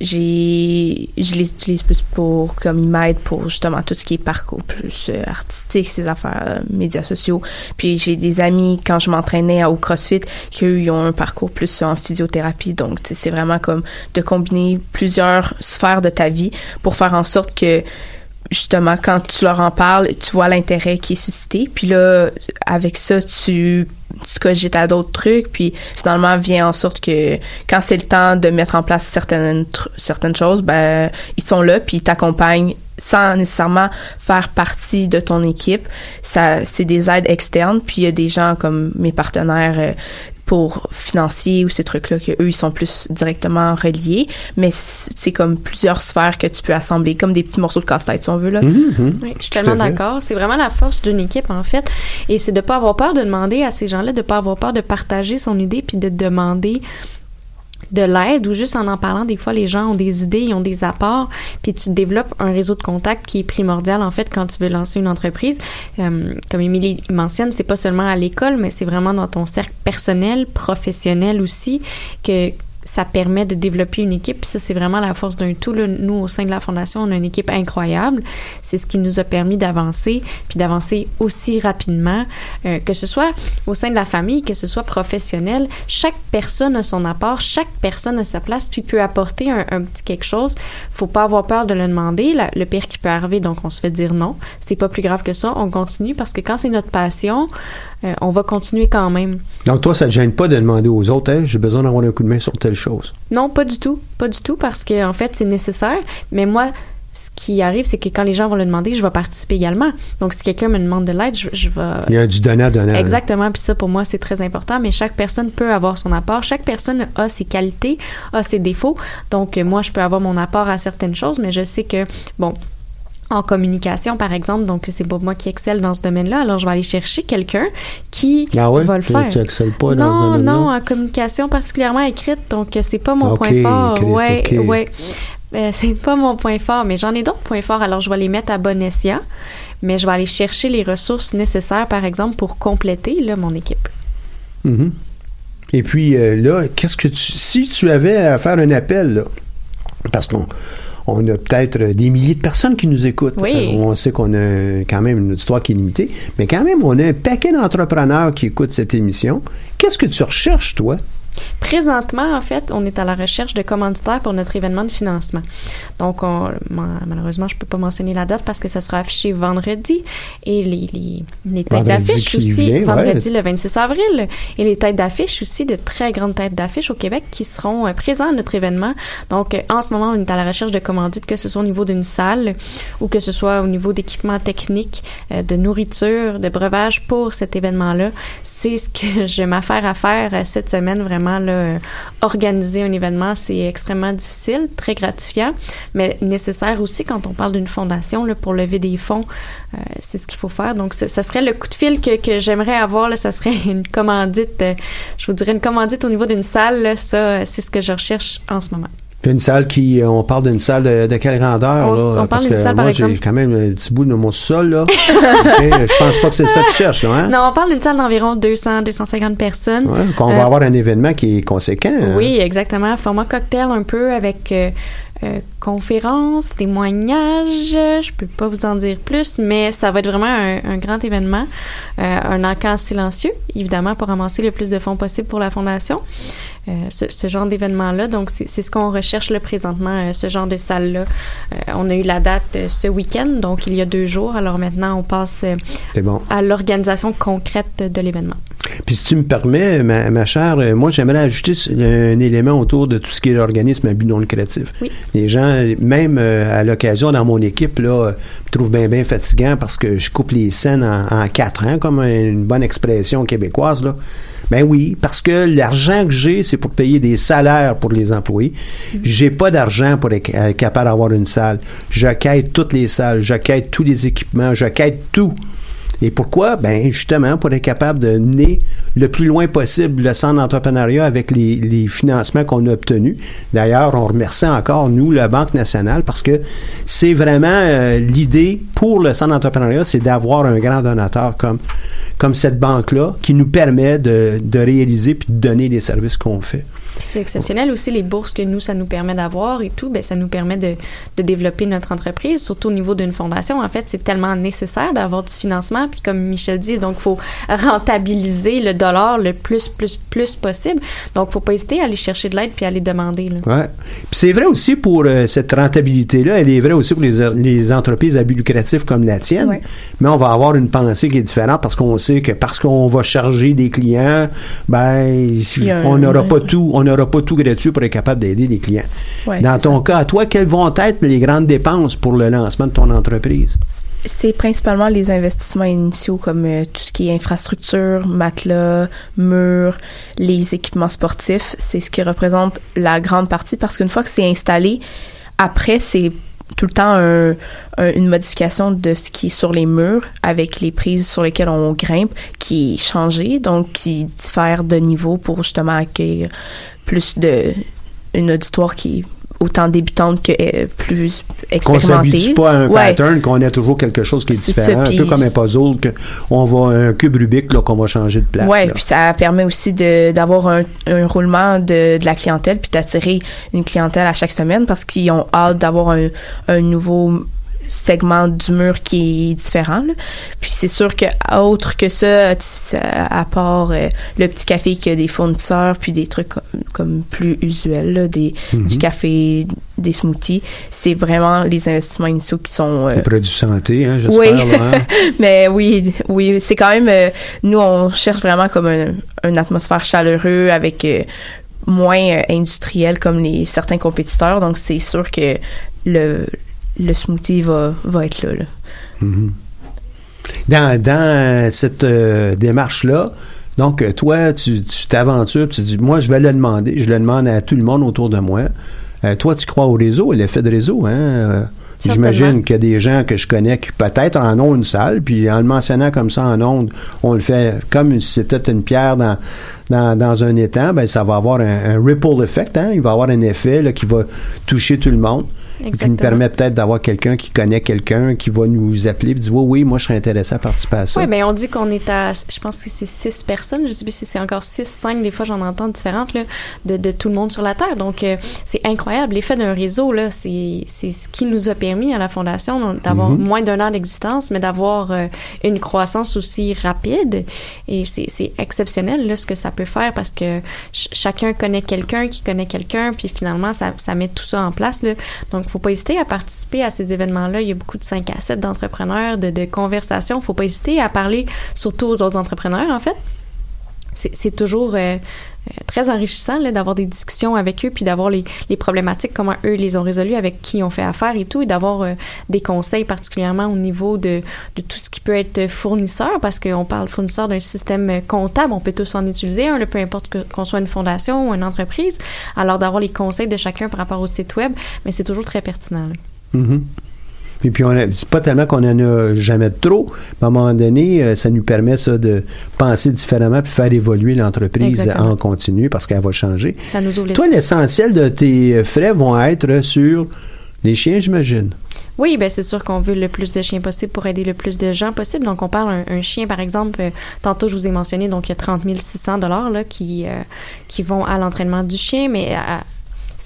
j'ai, je les utilise plus pour, comme ils m'aident pour justement tout ce qui est parcours plus euh, artistique, ces affaires, euh, médias sociaux. Puis, j'ai des amis, quand je m'entraînais au CrossFit, qu'eux, ils ont un parcours plus en physiothérapie. Donc, tu sais, c'est vraiment comme de combiner plusieurs sphères de ta vie pour faire en sorte que justement quand tu leur en parles, tu vois l'intérêt qui est suscité, puis là avec ça tu tu cogites à d'autres trucs, puis finalement vient en sorte que quand c'est le temps de mettre en place certaines tr- certaines choses, ben ils sont là puis ils t'accompagnent sans nécessairement faire partie de ton équipe. Ça c'est des aides externes, puis il y a des gens comme mes partenaires euh, pour financiers ou ces trucs-là, que eux ils sont plus directement reliés, mais c'est comme plusieurs sphères que tu peux assembler, comme des petits morceaux de casse-tête, si on veut, là. Mm-hmm. Oui, je suis tellement d'accord. C'est vraiment la force d'une équipe, en fait. Et c'est de pas avoir peur de demander à ces gens-là, de pas avoir peur de partager son idée, puis de demander de l'aide, ou juste en en parlant, des fois, les gens ont des idées, ils ont des apports, puis tu développes un réseau de contacts qui est primordial, en fait, quand tu veux lancer une entreprise. Euh, comme Émilie mentionne, c'est pas seulement à l'école, mais c'est vraiment dans ton cercle personnel, professionnel aussi, que ça permet de développer une équipe. Puis ça, c'est vraiment la force d'un tout. Là, nous, au sein de la Fondation, on a une équipe incroyable. C'est ce qui nous a permis d'avancer, puis d'avancer aussi rapidement, euh, que ce soit au sein de la famille, que ce soit professionnel. Chaque personne a son apport, chaque personne a sa place, puis peut apporter un, un petit quelque chose. Faut pas avoir peur de le demander. La, le pire qui peut arriver, donc on se fait dire non. C'est pas plus grave que ça. On continue parce que quand c'est notre passion, euh, on va continuer quand même. Donc toi, ça te gêne pas de demander aux autres, hey, j'ai besoin d'avoir un coup de main sur telle chose? Non, pas du tout. Pas du tout, parce que en fait, c'est nécessaire. Mais moi, ce qui arrive, c'est que quand les gens vont le demander, je vais participer également. Donc, si quelqu'un me demande de l'aide, je, je vais... Il y a du donnant-donnant. Exactement. Puis ça, pour moi, c'est très important. Mais chaque personne peut avoir son apport. Chaque personne a ses qualités, a ses défauts. Donc, moi, je peux avoir mon apport à certaines choses, mais je sais que, bon... en communication, par exemple, donc c'est pas moi qui excelle dans ce domaine-là, alors je vais aller chercher quelqu'un qui ah ouais? va le faire. Tu excelles pas non, dans ce domaine-là? Non, en communication particulièrement écrite, donc c'est pas mon okay, point fort. Écrite, ouais, okay. ouais. Euh, c'est pas mon point fort, mais j'en ai d'autres points forts, alors je vais les mettre à bon escient, mais je vais aller chercher les ressources nécessaires, par exemple, pour compléter là, mon équipe. Mm-hmm. Et puis euh, là, qu'est-ce que tu... Si tu avais à faire un appel, là, parce qu'on on a peut-être des milliers de personnes qui nous écoutent. Oui. Euh, on sait qu'on a quand même une auditoire qui est limitée, mais quand même, on a un paquet d'entrepreneurs qui écoutent cette émission. Qu'est-ce que tu recherches, toi? Présentement, en fait, on est à la recherche de commanditaires pour notre événement de financement. Donc, on, malheureusement, je peux pas mentionner la date parce que ça sera affiché vendredi. Et les, les, les têtes d'affiche aussi, vient, vendredi ouais. le vingt-six avril. Et les têtes d'affiche aussi, de très grandes têtes d'affiche au Québec qui seront euh, présents à notre événement. Donc, euh, en ce moment, on est à la recherche de commandites, que ce soit au niveau d'une salle ou que ce soit au niveau d'équipements techniques, euh, de nourriture, de breuvage pour cet événement-là. C'est ce que je m'affaire à faire euh, cette semaine, vraiment. Là, organiser un événement, c'est extrêmement difficile, très gratifiant, mais nécessaire aussi quand on parle d'une fondation là, pour lever des fonds. Euh, c'est ce qu'il faut faire. Donc, ça, ça serait le coup de fil que, que j'aimerais avoir. Là, ça serait une commandite, euh, je vous dirais une commandite au niveau d'une salle. Là, ça, c'est ce que je recherche en ce moment. Une salle qui, on parle d'une salle de, de quelle grandeur? On, là? on parle Parce d'une que salle, moi, par exemple. j'ai quand même un petit bout de mon sol, là. Okay, je pense pas que c'est ça que tu cherches, là, hein? Non, on parle d'une salle d'environ deux cents à deux cent cinquante personnes. Ouais, qu'on va euh, avoir un événement qui est conséquent. Oui, hein? exactement. Format cocktail un peu avec euh, euh, conférences, témoignages. Je peux pas vous en dire plus, mais ça va être vraiment un, un grand événement. Euh, un encan silencieux, évidemment, pour ramasser le plus de fonds possible pour la Fondation. euh, ce, ce genre d'événement-là. Donc, c'est, c'est ce qu'on recherche là, présentement, euh, ce genre de salle-là. Euh, on a eu la date euh, ce week-end, donc il y a deux jours. Alors maintenant, on passe euh, c'est bon. à l'organisation concrète de, de l'événement. Puis si tu me permets, ma, ma chère, euh, moi j'aimerais ajouter un élément autour de tout ce qui est l'organisme à but non lucratif. Oui. Les gens, même euh, à l'occasion dans mon équipe, là, me trouvent bien bien fatigant parce que je coupe les scènes en, en quatre ans, comme une bonne expression québécoise, là. Ben oui, parce que l'argent que j'ai, c'est pour payer des salaires pour les employés. Mm-hmm. J'ai pas d'argent pour être capable d'avoir une salle. Je quête toutes les salles, je quête tous les équipements, je quête tout. Et pourquoi? Ben justement, pour être capable de mener le plus loin possible le centre d'entrepreneuriat avec les, les financements qu'on a obtenus. D'ailleurs, on remercie encore, nous, la Banque nationale, parce que c'est vraiment euh, l'idée pour le centre d'entrepreneuriat, c'est d'avoir un grand donateur comme, comme cette banque-là qui nous permet de, de réaliser puis de donner les services qu'on fait. C'est exceptionnel aussi, les bourses que nous, ça nous permet d'avoir et tout, ben ça nous permet de, de développer notre entreprise, surtout au niveau d'une fondation. En fait, c'est tellement nécessaire d'avoir du financement, puis comme Michel dit, donc il faut rentabiliser le dollar le plus, plus, plus possible. Donc, il ne faut pas hésiter à aller chercher de l'aide puis à aller demander. Oui. Puis c'est vrai aussi pour euh, cette rentabilité-là, elle est vraie aussi pour les, les entreprises à but lucratif comme la tienne, ouais. Mais on va avoir une pensée qui est différente parce qu'on sait que parce qu'on va charger des clients, ben, on n'aura pas tout, on n'aura pas tout gratuit pour être capable d'aider les clients. Ouais, dans ton ça. Cas, à toi, quelles vont être les grandes dépenses pour le lancement de ton entreprise? C'est principalement les investissements initiaux comme euh, tout ce qui est infrastructure, matelas, murs, les équipements sportifs. C'est ce qui représente la grande partie parce qu'une fois que c'est installé, après, c'est tout le temps un, un, une modification de ce qui est sur les murs avec les prises sur lesquelles on grimpe qui est changé, donc qui diffère de niveau pour justement accueillir plus de une auditoire qui est autant débutante que euh, plus expérimentée. Qu'on s'habitue pas à un ouais. pattern, qu'on ait toujours quelque chose qui est, c'est différent, ça, un peu comme un puzzle, que on va un cube Rubik là, qu'on va changer de place. Oui, puis ça permet aussi de d'avoir un, un roulement de, de la clientèle puis d'attirer une clientèle à chaque semaine parce qu'ils ont hâte d'avoir un, un nouveau segment du mur qui est différent. Là. Puis c'est sûr que autre que ça, à part euh, le petit café qui a des fournisseurs puis des trucs comme, comme plus usuels, là, des, mm-hmm. du café, des smoothies, c'est vraiment les investissements initiaux qui sont... Euh, des produits santé, hein, j'espère. Oui, là, hein? Mais oui, oui, c'est quand même... Euh, nous, on cherche vraiment comme un, une atmosphère chaleureuse avec... Euh, moins euh, industriel comme les certains compétiteurs. Donc, c'est sûr que le... le smoothie va, va être là. là. Mm-hmm. Dans, dans cette euh, démarche-là, donc, toi, tu, tu t'aventures, tu dis, moi, je vais le demander, je le demande à tout le monde autour de moi. Euh, toi, tu crois au réseau, l'effet de réseau, hein? Euh, j'imagine qu'il y a des gens que je connais qui peut-être en ont une salle, puis en le mentionnant comme ça en ondes, on le fait comme si c'était une pierre dans, dans, dans un étang, ben ça va avoir un, un ripple effect, hein? Il va avoir un effet là, qui va toucher tout le monde. Exactement. Et qui nous permet peut-être d'avoir quelqu'un qui connaît quelqu'un qui va nous appeler et dire oui, oui, moi je serais intéressé à participer à ça. Oui, bien on dit qu'on est à, je pense que c'est six personnes, je ne sais plus si c'est encore six, cinq, des fois j'en entends différentes là, de, de tout le monde sur la Terre. Donc euh, c'est incroyable. L'effet d'un réseau, là, c'est, c'est ce qui nous a permis à la Fondation d'avoir mm-hmm. moins d'un an d'existence, mais d'avoir euh, une croissance aussi rapide. Et c'est, c'est exceptionnel là, ce que ça peut faire parce que ch- chacun connaît quelqu'un qui connaît quelqu'un, puis finalement ça, ça met tout ça en place. Là. Donc il ne faut pas hésiter à participer à ces événements-là. Il y a beaucoup de cinq à sept d'entrepreneurs, de, de conversations. Il ne faut pas hésiter à parler surtout aux autres entrepreneurs, en fait. C'est, c'est toujours euh, très enrichissant là, d'avoir des discussions avec eux puis d'avoir les, les problématiques, comment eux les ont résolues, avec qui ils ont fait affaire et tout, et d'avoir euh, des conseils particulièrement au niveau de, de tout ce qui peut être fournisseur, parce qu'on parle fournisseur d'un système comptable, on peut tous en utiliser un, là, peu importe que, qu'on soit une fondation ou une entreprise, alors d'avoir les conseils de chacun par rapport au site web, mais c'est toujours très pertinent. Mm-hmm. Et puis, on a, c'est pas tellement qu'on en a jamais de trop, mais à un moment donné, euh, ça nous permet ça de penser différemment puis faire évoluer l'entreprise Exactement. En continu parce qu'elle va changer. Ça nous ouvre les Toi, l'essentiel de tes frais vont être sur les chiens, j'imagine. Oui, ben c'est sûr qu'on veut le plus de chiens possible pour aider le plus de gens possible. Donc, on parle un, un chien, par exemple, euh, tantôt, je vous ai mentionné, donc il y a trente mille six cents dollars là, qui, euh, qui vont à l'entraînement du chien, mais à,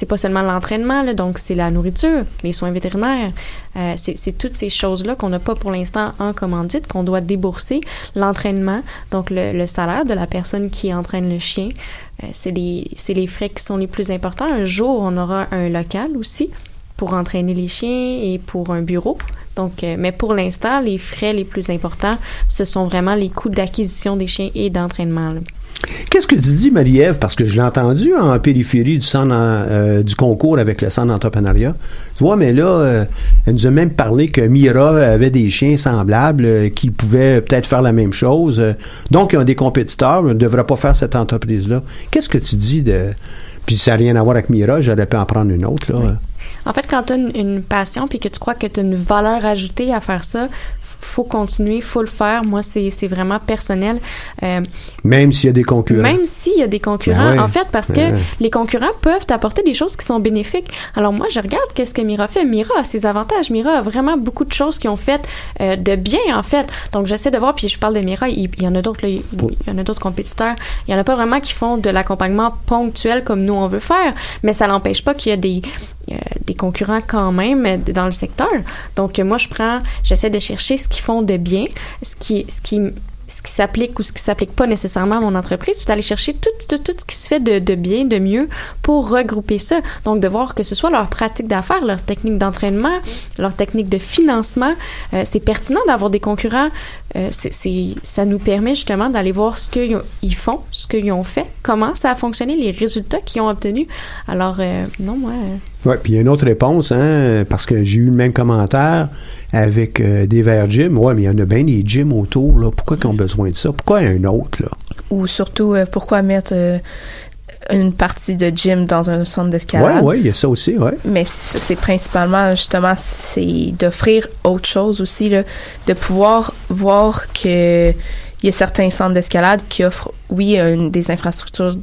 c'est pas seulement l'entraînement, là, donc c'est la nourriture, les soins vétérinaires, euh, c'est, c'est toutes ces choses-là qu'on n'a pas pour l'instant en commandite, qu'on doit débourser. L'entraînement, donc le, le salaire de la personne qui entraîne le chien, euh, c'est, des, c'est les frais qui sont les plus importants. Un jour, on aura un local aussi pour entraîner les chiens et pour un bureau. Donc, euh, mais pour l'instant, les frais les plus importants, ce sont vraiment les coûts d'acquisition des chiens et d'entraînement, là. Qu'est-ce que tu dis, Marie-Ève? Parce que je l'ai entendu en périphérie du centre euh, du concours avec le centre d'entrepreneuriat. Tu vois, mais là, euh, elle nous a même parlé que Mira avait des chiens semblables euh, qui pouvaient peut-être faire la même chose. Euh, donc, ils ont des compétiteurs, ne devraient pas faire cette entreprise-là. Qu'est-ce que tu dis de... Puis ça n'a rien à voir avec Mira, j'aurais pu en prendre une autre, là. Oui. En fait, quand tu as une, une passion puis que tu crois que tu as une valeur ajoutée à faire ça, faut continuer, faut le faire. Moi, c'est, c'est vraiment personnel. Euh, même s'il y a des concurrents. Même s'il y a des concurrents, ben ouais. en fait, parce que ben ouais. les concurrents peuvent t'apporter des choses qui sont bénéfiques. Alors moi, je regarde qu'est-ce que Mira fait. Mira a ses avantages. Mira a vraiment beaucoup de choses qui ont fait euh, de bien, en fait. Donc, j'essaie de voir, puis je parle de Mira, il, il y en a d'autres, là, il, il y en a d'autres compétiteurs. Il y en a pas vraiment qui font de l'accompagnement ponctuel comme nous, on veut faire, mais ça n'empêche pas qu'il y a des... Euh, des concurrents quand même dans le secteur. Donc, moi, je prends, j'essaie de chercher ce qu'ils font de bien, ce qui, ce qui, ce qui s'applique ou ce qui s'applique pas nécessairement à mon entreprise, puis d'aller chercher tout, tout, tout ce qui se fait de, de bien, de mieux pour regrouper ça. Donc, de voir que ce soit leur pratique d'affaires, leur technique d'entraînement, leur technique de financement. Euh, c'est pertinent d'avoir des concurrents. Euh, c'est, c'est, ça nous permet justement d'aller voir ce qu'ils ils font, ce qu'ils ont fait, comment ça a fonctionné, les résultats qu'ils ont obtenus. Alors, euh, non, moi... Euh, oui, puis il y a une autre réponse, hein, parce que j'ai eu le même commentaire avec euh, des verres gym. Oui, mais il y en a bien des gyms autour, là. Pourquoi ils ont besoin de ça? Pourquoi un autre, là? Ou surtout, euh, pourquoi mettre euh, une partie de gym dans un centre d'escalade? Oui, oui, il y a ça aussi, oui. Mais c'est, c'est principalement, justement, c'est d'offrir autre chose aussi, là, de pouvoir voir que il y a certains centres d'escalade qui offrent, oui, une, des infrastructures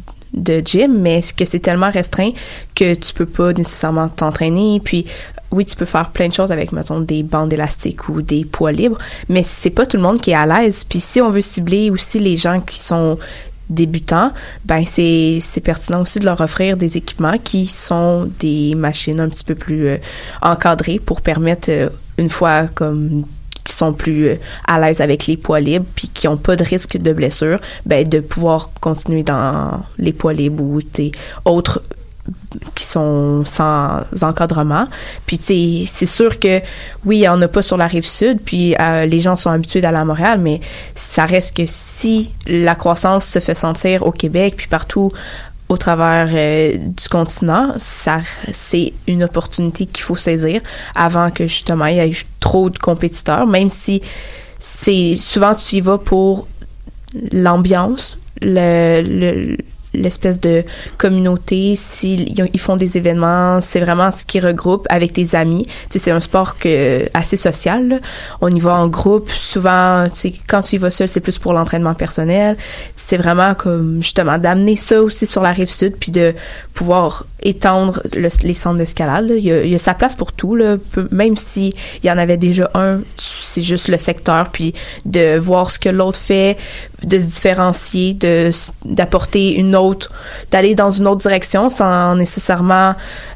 de gym, mais que c'est tellement restreint que tu peux pas nécessairement t'entraîner. Puis oui, tu peux faire plein de choses avec, mettons, des bandes élastiques ou des poids libres, mais c'est pas tout le monde qui est à l'aise. Puis si on veut cibler aussi les gens qui sont débutants, ben c'est c'est pertinent aussi de leur offrir des équipements qui sont des machines un petit peu plus euh, encadrées pour permettre, euh, une fois comme qui sont plus à l'aise avec les poids libres puis qui n'ont pas de risque de blessure, ben de pouvoir continuer dans les poids libres ou tes autres qui sont sans encadrement. Puis tu sais, c'est sûr que oui, il y en a pas sur la rive sud, puis euh, les gens sont habitués d'aller à Montréal, mais ça reste que si la croissance se fait sentir au Québec puis partout au travers euh, du continent, ça c'est une opportunité qu'il faut saisir avant que justement il y ait trop de compétiteurs, même si c'est souvent tu y vas pour l'ambiance, le, le l'espèce de communauté, s'ils ils font des événements, c'est vraiment ce qui regroupe avec tes amis. Tu sais, c'est un sport que assez social, là. On y va en groupe, souvent, tu sais, quand tu y vas seul, c'est plus pour l'entraînement personnel. C'est vraiment comme, justement, d'amener ça aussi sur la rive sud, puis de pouvoir étendre le, les centres d'escalade. Il y, a, il y a sa place pour tout, là. Même si il y en avait déjà un, c'est juste le secteur, puis de voir ce que l'autre fait, de se différencier, de d'apporter une autre, d'aller dans une autre direction sans nécessairement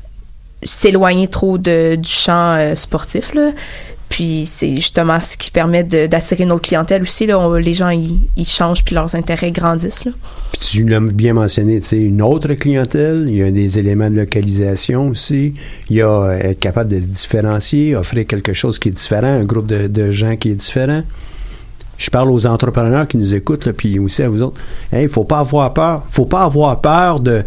s'éloigner trop de, du champ euh, sportif, là. Puis c'est justement ce qui permet de, d'attirer notre clientèle aussi, là. On, les gens, ils, ils changent puis leurs intérêts grandissent, là. Puis tu l'as bien mentionné, tu sais, une autre clientèle, il y a des éléments de localisation aussi, il y a être capable de se différencier, offrir quelque chose qui est différent, un groupe de, de gens qui est différent. Je parle aux entrepreneurs qui nous écoutent, là, puis aussi à vous autres. Il hey, ne faut pas avoir peur. faut pas avoir peur de,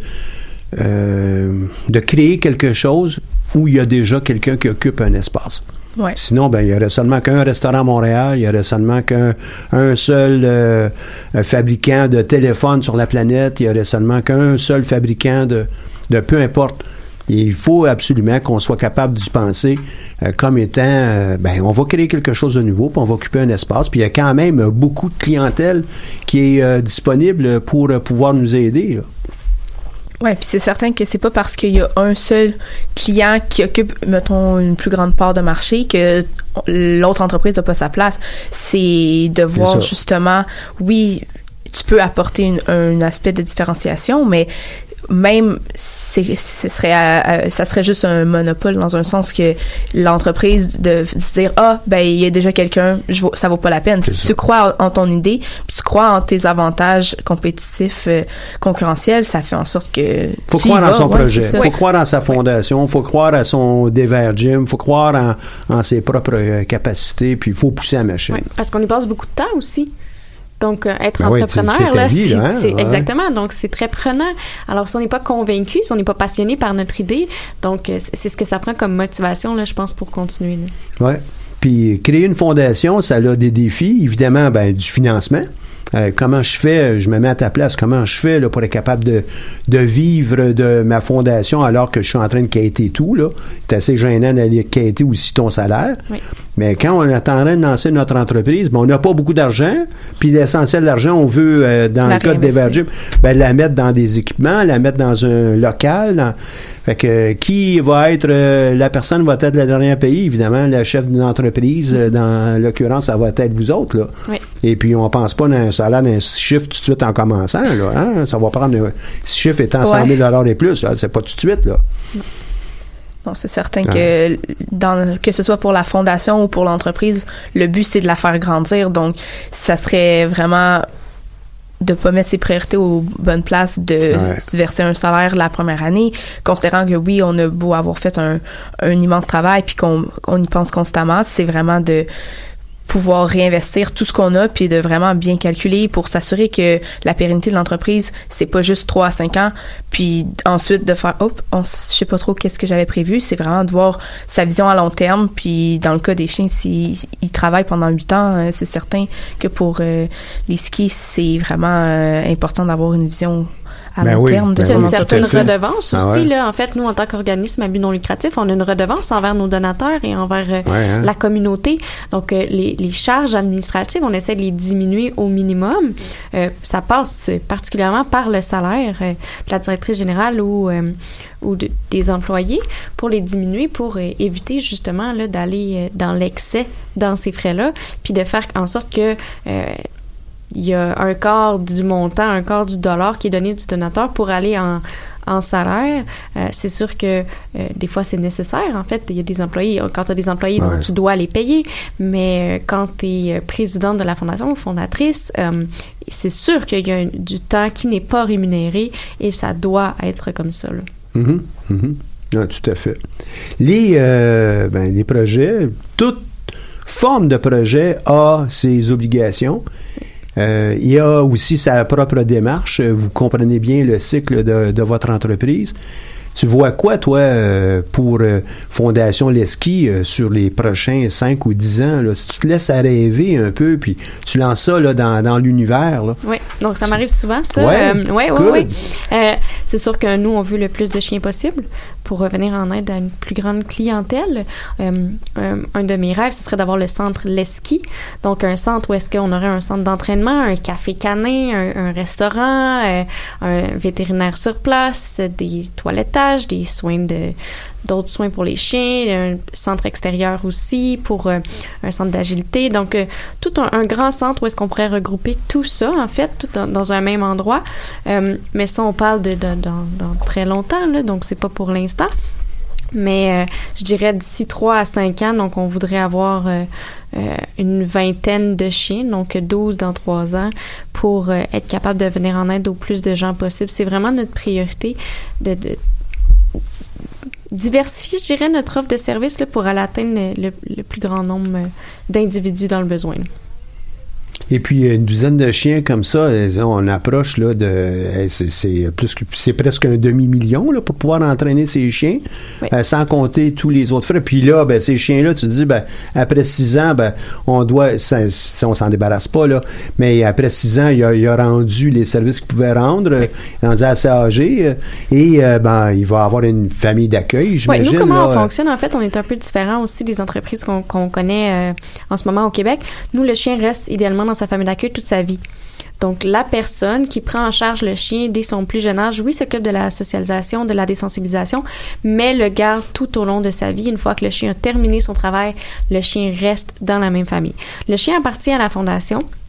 euh, de créer quelque chose où il y a déjà quelqu'un qui occupe un espace. Ouais. Sinon, ben, il y aurait seulement qu'un restaurant à Montréal, il y aurait seulement qu'un un seul euh, fabricant de téléphones sur la planète, il y aurait seulement qu'un seul fabricant de, de peu importe. Et il faut absolument qu'on soit capable d'y penser euh, comme étant, euh, ben, on va créer quelque chose de nouveau, puis on va occuper un espace, puis il y a quand même euh, beaucoup de clientèle qui est euh, disponible pour euh, pouvoir nous aider, là. Oui, puis c'est certain que c'est pas parce qu'il y a un seul client qui occupe, mettons, une plus grande part de marché que l'autre entreprise n'a pas sa place. C'est de voir justement, oui, tu peux apporter une, un aspect de différenciation, mais même c'est, ce serait à, à, ça serait juste un monopole dans un sens que l'entreprise de se dire ah ben il y a déjà quelqu'un, je, ça vaut pas la peine. C'est Si ça. tu crois en ton idée, puis tu crois en tes avantages compétitifs euh, concurrentiels, ça fait en sorte que Faut tu y croire vas, en son ouais, projet, c'est ça. faut Ouais. croire en sa fondation, faut croire à son dévers gym, faut croire en, en ses propres euh, capacités, puis il faut pousser la machine. Ouais, parce qu'on y passe beaucoup de temps aussi. Donc, euh, être Ben oui, entrepreneur, c'est- c'est ta là, vie, c'est, là, hein? c'est Ouais. exactement. Donc, c'est très prenant. Alors, si on n'est pas convaincu, si on n'est pas passionné par notre idée, donc euh, c'est, c'est ce que ça prend comme motivation, là, je pense, pour continuer. Là. Ouais. Puis créer une fondation, ça a des défis, évidemment, ben du financement. Euh, comment je fais, je me mets à ta place, comment je fais là, pour être capable de, de vivre de ma fondation alors que je suis en train de quitter tout, là. C'est assez gênant d'aller quitter aussi ton salaire. Oui. Mais quand on est en train de lancer notre entreprise, ben, on n'a pas beaucoup d'argent, puis l'essentiel de l'argent, on veut, euh, dans La le cas de réinvestir. Dever Gym, ben, la mettre dans des équipements, la mettre dans un local. Dans... Fait que euh, qui va être, euh, la personne va être le dernier pays, évidemment, le chef d'une entreprise, euh, dans l'occurrence, ça va être vous autres, là. Oui. Et puis, on pense pas d'un salaire d'un chiffre tout de suite en commençant, là, hein? Ça va prendre un six chiffres étant cent mille dollars et plus, là. C'est pas tout de suite, là. Non, c'est certain que dans, que ce soit pour la fondation ou pour l'entreprise, le but c'est de la faire grandir. Donc, ça serait vraiment de pas mettre ses priorités aux bonnes places, de Ouais. se verser un salaire la première année, considérant que oui, on a beau avoir fait un, un immense travail puis qu'on, qu'on y pense constamment, c'est vraiment de pouvoir réinvestir tout ce qu'on a puis de vraiment bien calculer pour s'assurer que la pérennité de l'entreprise, c'est pas juste trois à cinq ans puis ensuite de faire hop, on je sais pas trop qu'est-ce que j'avais prévu, c'est vraiment de voir sa vision à long terme puis dans le cas des chiens, s'ils ils travaillent pendant huit ans, euh, c'est certain que pour euh, les skis, c'est vraiment euh, important d'avoir une vision à Ben long oui, terme de ben Il y a son une oui, tout à certaine fait. redevance Ah aussi. ouais. Là. En fait, nous, en tant qu'organisme à but non lucratif, on a une redevance envers nos donateurs et envers euh, Ouais, hein. la communauté. Donc, euh, les, les charges administratives, on essaie de les diminuer au minimum. Euh, ça passe particulièrement par le salaire euh, de la directrice générale ou, euh, ou de- des employés pour les diminuer, pour euh, éviter justement là, d'aller euh, dans l'excès dans ces frais-là, puis de faire en sorte que... euh, il y a un quart du montant, un quart du dollar qui est donné du donateur pour aller en, en salaire. Euh, c'est sûr que euh, des fois, c'est nécessaire. En fait, il y a des employés. Quand tu as des employés, Ouais. donc, tu dois les payer. Mais euh, quand tu es présidente de la fondation ou fondatrice, euh, c'est sûr qu'il y a un- du temps qui n'est pas rémunéré et ça doit être comme ça. Là. Mhm, mhm. Ah, tout à fait. Les, euh, ben, les projets, toute forme de projet a ses obligations. Euh, il y a aussi sa propre démarche. Vous comprenez bien le cycle de, de votre entreprise. Tu vois quoi, toi, euh, pour euh, Fondation Leski euh, sur les prochains cinq ou dix ans? Là, si tu te laisses à rêver un peu, puis tu lances ça là, dans, dans l'univers, là. Oui, donc ça m'arrive souvent, ça. Ouais, Euh, ouais, good. ouais, ouais. Euh, c'est sûr que nous, on veut le plus de chiens possible pour revenir en aide à une plus grande clientèle. Euh, un, un de mes rêves, ce serait d'avoir le centre Leski. Donc, un centre où est-ce qu'on aurait un centre d'entraînement, un café canin, un, un restaurant, euh, un vétérinaire sur place, des toilettages, des soins de d'autres soins pour les chiens, un centre extérieur aussi pour euh, un centre d'agilité. Donc, euh, tout un, un grand centre où est-ce qu'on pourrait regrouper tout ça, en fait, tout dans, dans un même endroit. Euh, mais ça, on parle de, de- dans, dans très longtemps, là, donc c'est pas pour l'instant. Mais euh, je dirais d'ici trois à cinq ans, donc on voudrait avoir euh, euh, une vingtaine de chiens, donc douze dans trois ans, pour euh, être capable de venir en aide au plus de gens possible. C'est vraiment notre priorité de, de diversifier, je dirais, notre offre de services là, pour aller atteindre le, le plus grand nombre euh, d'individus dans le besoin. Et puis une douzaine de chiens comme ça, on approche là de, c'est, c'est plus que c'est presque un demi-million là pour pouvoir entraîner ces chiens, Oui. euh, sans compter tous les autres frais. Puis là, ben ces chiens-là, tu te dis, ben après six ans, ben on doit, ça, ça, on s'en débarrasse pas là, mais après six ans, il a, il a rendu les services qu'il pouvait rendre, oui. Il est rendu assez âgé, euh, et euh, ben il va avoir une famille d'accueil, Oui, j'imagine. nous, comment là, on fonctionne, en fait, on est un peu différent aussi des entreprises qu'on, qu'on connaît euh, en ce moment au Québec. Nous, le chien reste idéalement dans sa famille d'accueil toute sa vie. Donc, la personne qui prend en charge le chien dès son plus jeune âge, oui, s'occupe de la socialisation, de la désensibilisation, mais le garde tout au long de sa vie. Une fois que le chien a terminé son travail, le chien reste dans la même famille. Le chien appartient à la fondation.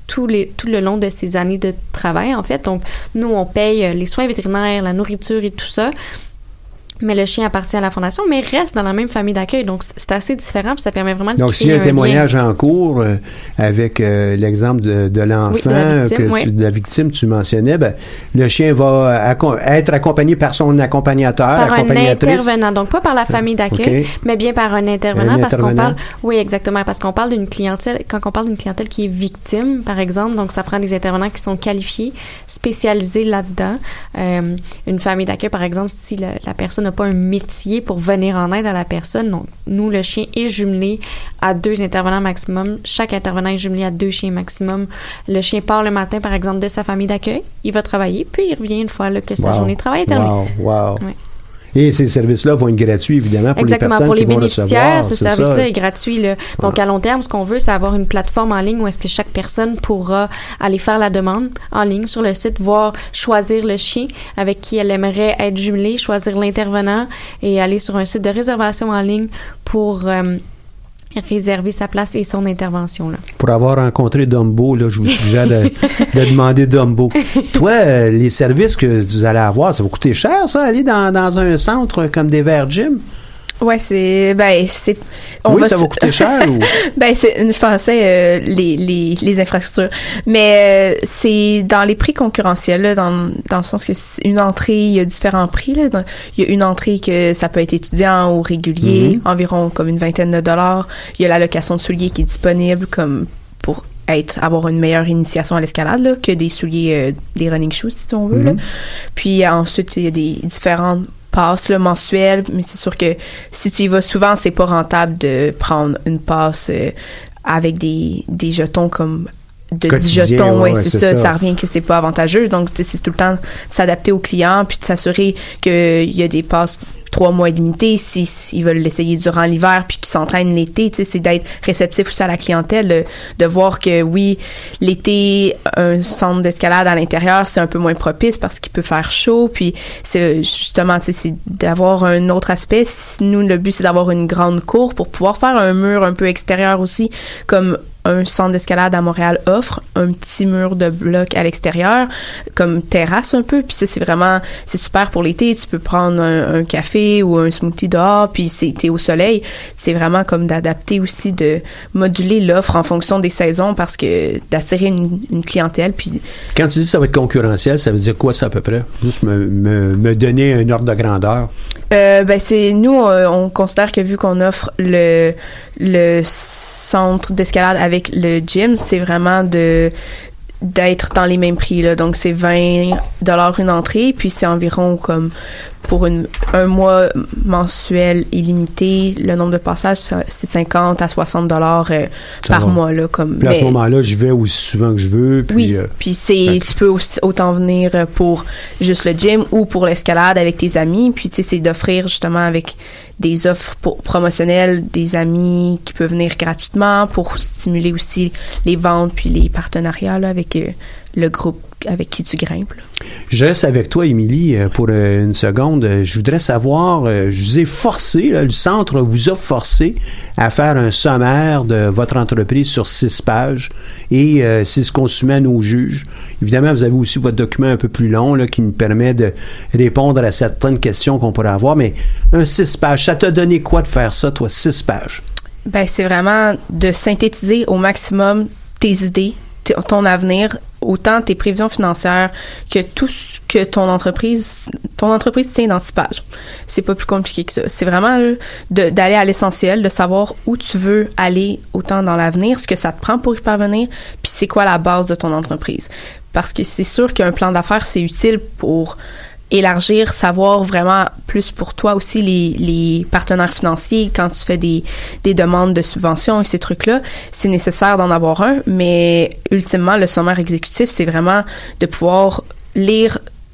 tout, les, tout le long de ses années de travail, en fait. Donc, nous, on paye les soins vétérinaires, la nourriture et tout ça. Mais le chien appartient à la fondation, mais reste dans la même famille d'accueil. Donc, c'est assez différent, puis ça permet vraiment de Donc, créer s'il y a un, un témoignage lien. en cours euh, avec euh, l'exemple de, de l'enfant, Oui, de la victime, que oui. tu, de la victime, tu mentionnais, ben, le chien va acco- être accompagné par son accompagnateur, Par un accompagnatrice. intervenant, donc pas par la famille d'accueil, OK. mais bien par un intervenant, Un parce qu'on intervenant. parle, oui, exactement, parce qu'on parle d'une clientèle, quand on parle d'une clientèle qui est victime, par exemple, donc ça prend des intervenants qui sont qualifiés, spécialisés là-dedans. Euh, une famille d'accueil, par exemple, si la, la personne n'a pas un métier pour venir en aide à la personne, donc nous, le chien est jumelé à deux intervenants maximum. Chaque intervenant est jumelé à deux chiens maximum. Le chien part le matin, par exemple, de sa famille d'accueil, il va travailler, puis il revient une fois là, que sa Wow. journée de travail est terminée. Wow, wow. Ouais. Et ces services-là vont être gratuits, évidemment, pour Exactement, les personnes pour les qui vont bénéficiaires, recevoir. ce c'est service-là ça. est gratuit. Là. Donc, Ah. à long terme, ce qu'on veut, c'est avoir une plateforme en ligne où est-ce que chaque personne pourra aller faire la demande en ligne sur le site, voir, choisir le chien avec qui elle aimerait être jumelée, choisir l'intervenant et aller sur un site de réservation en ligne pour euh, réserver sa place et son intervention. Là. Pour avoir rencontré Dumbo, là, je vous suggère de, de demander Dumbo. Toi, euh, les services que vous allez avoir, ça va coûter cher, ça, aller dans, dans un centre comme des Verts Gym? Ouais, c'est ben c'est on Oui, va ça s- va coûter cher ou ben c'est je pensais euh, les, les les infrastructures, mais euh, c'est dans les prix concurrentiels là, dans dans le sens que c'est une entrée, il y a différents prix là. Dans- il y a une entrée que ça peut être étudiant ou régulier, Mhm. environ comme une vingtaine de dollars. Il y a la location de souliers qui est disponible comme pour être avoir une meilleure initiation à l'escalade là, que des souliers euh, des running shoes si on veut là. Mhm. Puis ensuite il y a des différentes passe là, mensuelle, mais c'est sûr que si tu y vas souvent, c'est pas rentable de prendre une passe euh, avec des, des jetons comme de dix Quotidien, jetons, ouais, ouais, ouais, c'est c'est ça, ça. ça revient que c'est pas avantageux. Donc, tu sais, c'est tout le temps de s'adapter aux clients puis de s'assurer qu'il y a des passes trois mois illimitées si, si ils veulent l'essayer durant l'hiver puis qu'ils s'entraînent l'été. Tu sais, c'est d'être réceptif aussi à la clientèle, de, de voir que oui, l'été, un centre d'escalade à l'intérieur, c'est un peu moins propice parce qu'il peut faire chaud. Puis, c'est justement, tu sais, c'est d'avoir un autre aspect. Si nous, le but, c'est d'avoir une grande cour pour pouvoir faire un mur un peu extérieur aussi, comme un centre d'escalade à Montréal offre, un petit mur de bloc à l'extérieur, comme terrasse un peu, puis ça, c'est vraiment, c'est super pour l'été, tu peux prendre un, un café ou un smoothie dehors, puis c'est, t'es au soleil, c'est vraiment comme d'adapter aussi, de moduler l'offre en fonction des saisons, parce que d'attirer une, une clientèle, puis... Quand tu dis que ça va être concurrentiel, ça veut dire quoi ça à peu près? Juste me, me, me donner un ordre de grandeur. Euh, ben c'est nous euh, on considère que vu qu'on offre le le centre d'escalade avec le gym, c'est vraiment de d'être dans les mêmes prix là. Donc c'est vingt dollars une entrée, puis c'est environ comme pour une un mois mensuel illimité, le nombre de passages c'est cinquante à soixante dollars euh, par va. mois là comme. Puis à ce Mais- moment-là, j'y vais aussi souvent que je veux. Puis, oui, euh, puis c'est ok. tu peux aussi autant venir euh, pour juste le gym ou pour l'escalade avec tes amis, puis tu sais c'est d'offrir justement avec des offres pour, promotionnelles, des amis qui peuvent venir gratuitement pour stimuler aussi les ventes puis les partenariats là, avec euh, le groupe avec qui tu grimpes. là. Je reste avec toi, Émilie, euh, pour euh, une seconde. Euh, Je voudrais savoir, euh, je vous ai forcé, là, le centre vous a forcé à faire un sommaire de votre entreprise sur six pages et euh, c'est ce qu'on soumet à nos juges. Évidemment, vous avez aussi votre document un peu plus long là, qui nous permet de répondre à certaines questions qu'on pourrait avoir, mais un six pages, ça t'a donné quoi de faire ça, toi, six pages? Ben c'est vraiment de synthétiser au maximum tes idées, t- ton avenir, autant tes prévisions financières que tout ce que ton entreprise ton entreprise tient dans six pages. C'est pas plus compliqué que ça. C'est vraiment là, de, d'aller à l'essentiel, de savoir où tu veux aller autant dans l'avenir, ce que ça te prend pour y parvenir, puis c'est quoi la base de ton entreprise. Parce que c'est sûr qu'un plan d'affaires, c'est utile pour élargir, savoir vraiment plus pour toi aussi les, les partenaires financiers quand tu fais des, des demandes de subventions et ces trucs-là, c'est nécessaire d'en avoir un, mais ultimement, le sommaire exécutif, c'est vraiment de pouvoir lire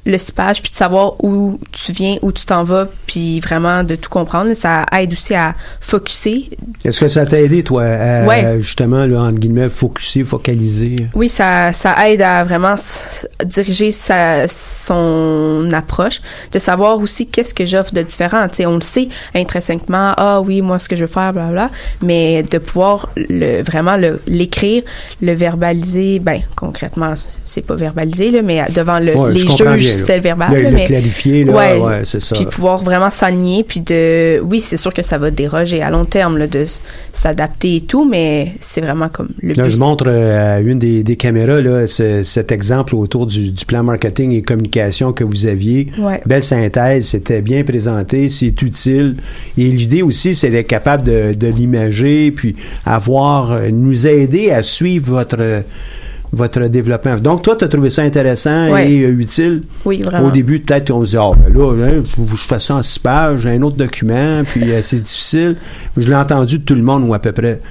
le cipage, puis de savoir où tu viens, où tu t'en vas, puis vraiment de tout comprendre. Ça aide aussi à focusser. Est-ce que ça t'a aidé, toi, à ouais. justement, là, entre guillemets, focusser, focaliser? Oui, ça, ça aide à vraiment s- diriger sa, son approche, de savoir aussi qu'est-ce que j'offre de différent. Tu sais, on le sait intrinsèquement, ah oui, moi, ce que je veux faire, blablabla, mais de pouvoir le, vraiment le, l'écrire, le verbaliser, ben, concrètement, c'est pas verbalisé, là, mais devant le, ouais, les juges, c'est le verbal. Le, là, le mais, clarifier, là, ouais, ouais, c'est ça. Puis pouvoir vraiment s'aligner, puis de... Oui, c'est sûr que ça va déroger à long terme, là, de s'adapter et tout, mais c'est vraiment comme le là, but. je montre euh, à une des, des caméras, là, ce, cet exemple autour du, du plan marketing et communication que vous aviez. Ouais. Belle synthèse, c'était bien présenté, c'est utile. Et l'idée aussi, c'est d'être capable de, de l'imager, puis avoir, nous aider à suivre votre... votre développement. Donc, toi, tu as trouvé ça intéressant ouais. et euh, utile. Oui, vraiment. Au début, peut-être, on se dit, oh, ben là, hein, faut que je fasse ça en six pages, un autre document, puis euh, c'est difficile. Je l'ai entendu de tout le monde, ou à peu près.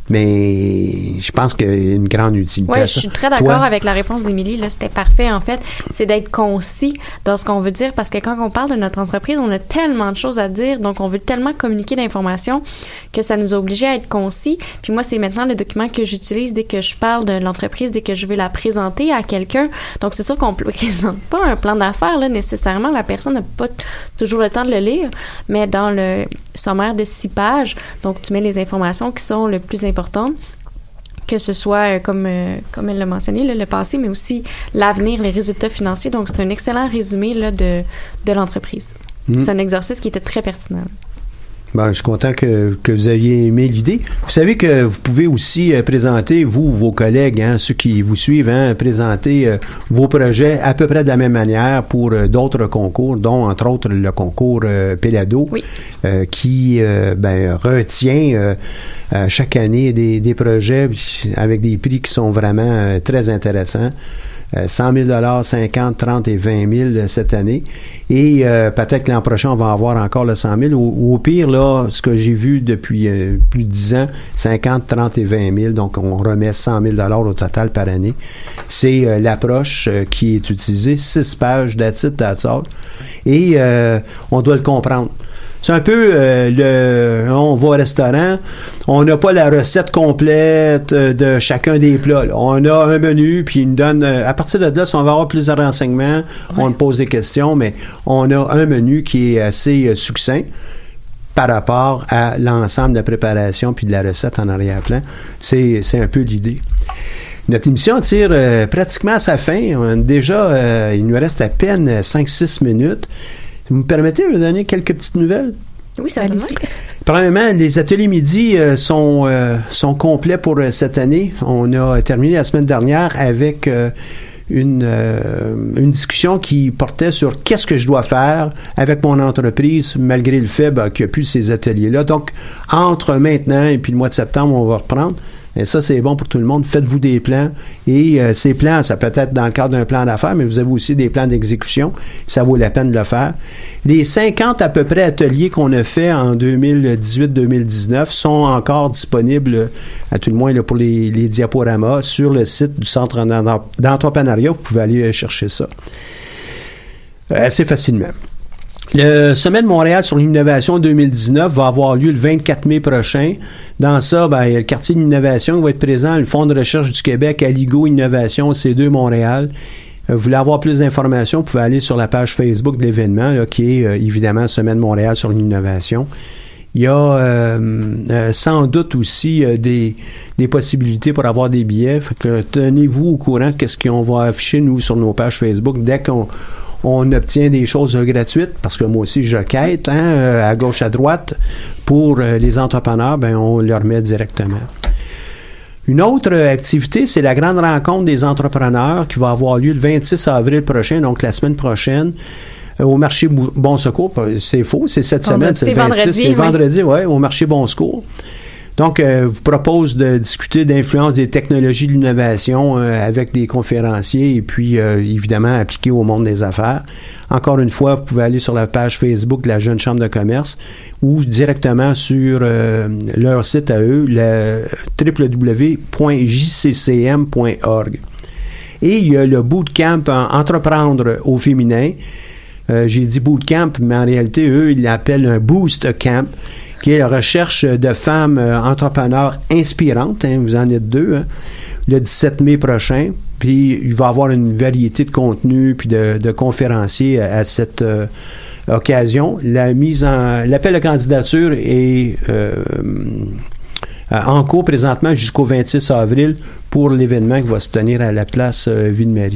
Mais je pense qu'il y a une grande utilité. Oui, à je ça. suis très d'accord Toi? avec la réponse d'Émilie. Là, c'était parfait, en fait. C'est d'être concis dans ce qu'on veut dire, parce que quand on parle de notre entreprise, on a tellement de choses à dire, donc on veut tellement communiquer d'informations que ça nous a obligés à être concis. Puis moi, c'est maintenant le document que j'utilise dès que je parle de l'entreprise, dès que je veux la présenter à quelqu'un. Donc, c'est sûr qu'on ne présente pas un plan d'affaires, là, nécessairement. La personne n'a pas t- toujours le temps de le lire, mais dans le sommaire de six pages, donc tu mets les informations qui sont le plus importantes, que ce soit, euh, comme, euh, comme elle l'a mentionné, là, le passé, mais aussi l'avenir, les résultats financiers. Donc, c'est un excellent résumé là, de, de l'entreprise. Mmh. C'est un exercice qui était très pertinent. Ben, je suis content que, que vous aviez aimé l'idée. Vous savez que vous pouvez aussi euh, présenter, vous, vos collègues, hein, ceux qui vous suivent, hein, présenter euh, vos projets à peu près de la même manière pour euh, d'autres concours, dont, entre autres, le concours euh, Pélado, oui. euh, qui euh, ben, retient euh, euh, chaque année des, des projets avec des prix qui sont vraiment euh, très intéressants. cent mille dollars, cinquante, trente et vingt mille cette année. Et euh, peut-être que l'an prochain, on va avoir encore le cent mille. Ou, ou au pire, là, ce que j'ai vu depuis euh, plus de dix ans, cinquante, trente et vingt mille. Donc, on remet cent mille dollars au total par année. C'est euh, l'approche euh, qui est utilisée. Six pages, that's it, that's all. Et euh, on doit le comprendre. C'est un peu euh, le on va au restaurant, on n'a pas la recette complète euh, de chacun des plats. Là. On a un menu, puis il nous donne euh, à partir de là, si on va avoir plus de renseignements, ouais. on nous pose des questions, mais on a un menu qui est assez euh, succinct par rapport à l'ensemble de la préparation puis de la recette en arrière-plan. C'est, c'est un peu l'idée. Notre émission tire euh, pratiquement à sa fin. On, déjà, euh, il nous reste à peine cinq six minutes. Vous me permettez de vous donner quelques petites nouvelles? Oui, ça va. Premièrement, les ateliers midi euh, sont, euh, sont complets pour euh, cette année. On a terminé la semaine dernière avec euh, une, euh, une discussion qui portait sur qu'est-ce que je dois faire avec mon entreprise malgré le fait ben, qu'il n'y a plus ces ateliers-là. Donc, entre maintenant et puis le mois de septembre, on va reprendre. Et ça, c'est bon pour tout le monde. Faites-vous des plans. Et euh, ces plans, ça peut être dans le cadre d'un plan d'affaires, mais vous avez aussi des plans d'exécution. Ça vaut la peine de le faire. Les cinquante à peu près ateliers qu'on a fait en deux mille dix-huit deux mille dix-neuf sont encore disponibles, à tout le moins là, pour les, les diaporamas, sur le site du Centre d'entrepreneuriat. Vous pouvez aller chercher ça euh, assez facilement. Le Sommet de Montréal sur l'innovation deux mille dix-neuf va avoir lieu le vingt-quatre mai prochain. Dans ça, ben, il y a le quartier d'innovation qui va être présent, le Fonds de recherche du Québec, Aligo Innovation, C deux Montréal. Vous voulez avoir plus d'informations, vous pouvez aller sur la page Facebook de l'événement, là, qui est euh, évidemment Sommet de Montréal sur l'innovation. Il y a euh, euh, sans doute aussi euh, des, des possibilités pour avoir des billets. Fait que, tenez-vous au courant de ce qu'on va afficher, nous, sur nos pages Facebook, dès qu'on on obtient des choses euh, gratuites, parce que moi aussi, je quête, hein, euh, à gauche, à droite, pour euh, les entrepreneurs, ben on leur met directement. Une autre activité, c'est la grande rencontre des entrepreneurs qui va avoir lieu le vingt-six avril prochain, donc la semaine prochaine, euh, au marché Bon Secours. C'est faux, c'est cette semaine, c'est le vingt-six, vendredi, c'est oui. vendredi, ouais, au marché Bon Secours. Donc, euh, vous propose de discuter d'influence des technologies de l'innovation euh, avec des conférenciers et puis, euh, évidemment, appliquer au monde des affaires. Encore une fois, vous pouvez aller sur la page Facebook de la Jeune Chambre de commerce ou directement sur euh, leur site à eux, le w w w point j c c m point org. Et il y a le bootcamp euh, Entreprendre au féminin. Euh, j'ai dit bootcamp, mais en réalité, eux, ils l'appellent un boost camp, qui est la recherche de femmes euh, entrepreneurs inspirantes. Hein, vous en êtes deux, hein, le dix-sept mai prochain. Puis il va y avoir une variété de contenus puis de, de conférenciers à, à cette euh, occasion. La mise en, l'appel à candidature est euh, en cours présentement jusqu'au vingt-six avril pour l'événement qui va se tenir à la place euh, Ville-Marie.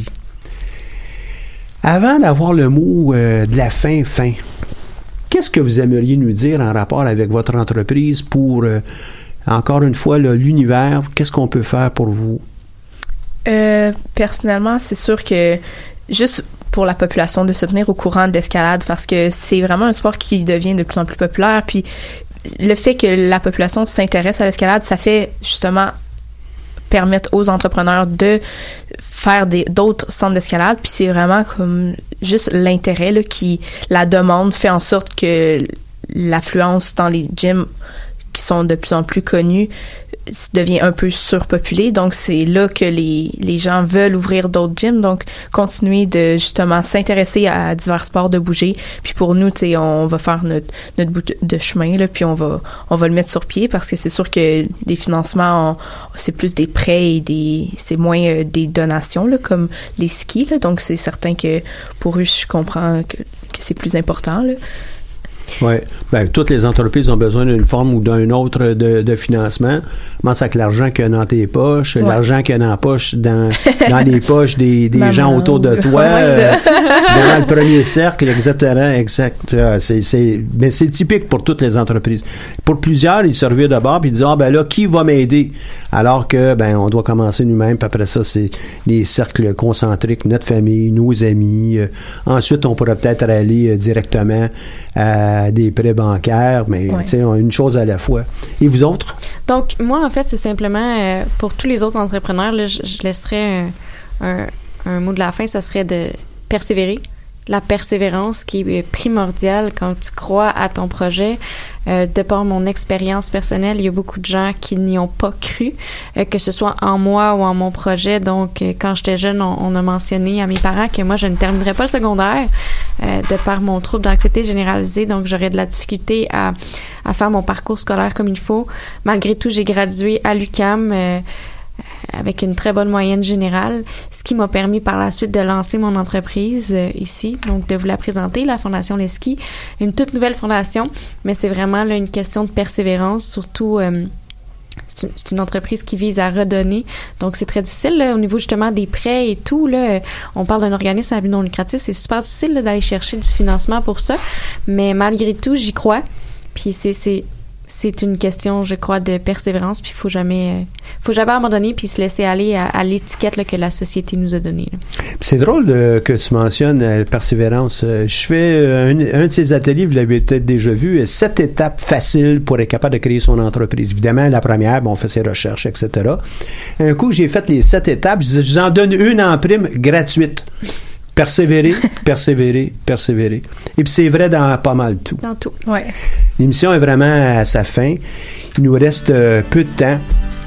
Avant d'avoir le mot euh, de la fin, fin, qu'est-ce que vous aimeriez nous dire en rapport avec votre entreprise pour, euh, encore une fois, là, l'univers? Qu'est-ce qu'on peut faire pour vous? Euh, personnellement, c'est sûr que juste pour la population de se tenir au courant d'escalade parce que c'est vraiment un sport qui devient de plus en plus populaire. Puis le fait que la population s'intéresse à l'escalade, ça fait justement permettre aux entrepreneurs de faire des d'autres centres d'escalade. Puis c'est vraiment comme juste l'intérêt là, qui la demande fait en sorte que l'affluence dans les gyms qui sont de plus en plus connus devient un peu surpopulé. Donc, c'est là que les, les gens veulent ouvrir d'autres gyms. Donc, continuer de, justement, s'intéresser à divers sports, de bouger. Puis pour nous, tu sais, on va faire notre, notre bout de chemin, là, puis on va, on va le mettre sur pied parce que c'est sûr que les financements, on, c'est plus des prêts et des, c'est moins euh, des donations, là, comme les skis, là. Donc, c'est certain que pour eux, je comprends que, que c'est plus important, là. Oui. Ben, toutes les entreprises ont besoin d'une forme ou d'un autre de, de financement. Commence avec l'argent qu'il y a dans tes poches, ouais. l'argent qu'il y a dans, poche, dans, dans les poches des, des gens autour de toi, euh, dans le premier cercle, exactement, exact. C'est, c'est, ben, c'est typique pour toutes les entreprises. Pour plusieurs, ils se revirent de bord et ils disent, ah, ben là, qui va m'aider? Alors que, ben, on doit commencer nous-mêmes, puis après ça, c'est les cercles concentriques, notre famille, nos amis. Euh, ensuite, on pourrait peut-être aller euh, directement à des prêts bancaires, mais ouais. tu sais, une chose à la fois. Et vous autres? Donc, moi, en fait, c'est simplement, euh, pour tous les autres entrepreneurs, là, je, je laisserais un, un, un mot de la fin, ça serait de persévérer. La persévérance qui est primordiale quand tu crois à ton projet. Euh, de par mon expérience personnelle, il y a beaucoup de gens qui n'y ont pas cru, euh, que ce soit en moi ou en mon projet. Donc, euh, quand j'étais jeune, on, on a mentionné à mes parents que moi, je ne terminerais pas le secondaire euh, de par mon trouble d'anxiété généralisée. Donc, j'aurais de la difficulté à, à faire mon parcours scolaire comme il faut. Malgré tout, j'ai gradué à l'U Q A M euh, avec une très bonne moyenne générale, ce qui m'a permis par la suite de lancer mon entreprise euh, ici, donc de vous la présenter, la Fondation Les Skis, une toute nouvelle fondation, mais c'est vraiment là une question de persévérance, surtout euh, c'est, une, c'est une entreprise qui vise à redonner, donc c'est très difficile là, au niveau justement des prêts et tout, là, on parle d'un organisme à but non lucratif, c'est super difficile là, d'aller chercher du financement pour ça, mais malgré tout, j'y crois, puis c'est... c'est c'est une question, je crois, de persévérance, puis il faut jamais, euh, faut jamais abandonner, puis se laisser aller à, à l'étiquette là, que la société nous a donnée. Là. C'est drôle euh, que tu mentionnes la euh, persévérance. Euh, je fais euh, un, un de ces ateliers, vous l'avez peut-être déjà vu, sept étapes faciles pour être capable de créer son entreprise. Évidemment, la première, bon, on fait ses recherches, et cetera. Un coup, j'ai fait les sept étapes, je, je vous en donne une en prime gratuite. Persévérer, persévérer, persévérer. Et puis c'est vrai dans pas mal tout. Dans tout, oui. L'émission est vraiment à sa fin. Il nous reste euh, peu de temps.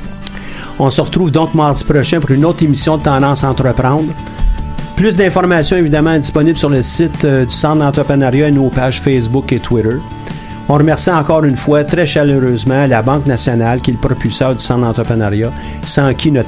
On se retrouve donc mardi prochain pour une autre émission de Tendance Entreprendre. Plus d'informations évidemment disponibles sur le site euh, du Centre d'entrepreneuriat et nos pages Facebook et Twitter. On remercie encore une fois très chaleureusement la Banque nationale qui est le propulseur du Centre d'entrepreneuriat, sans qui notre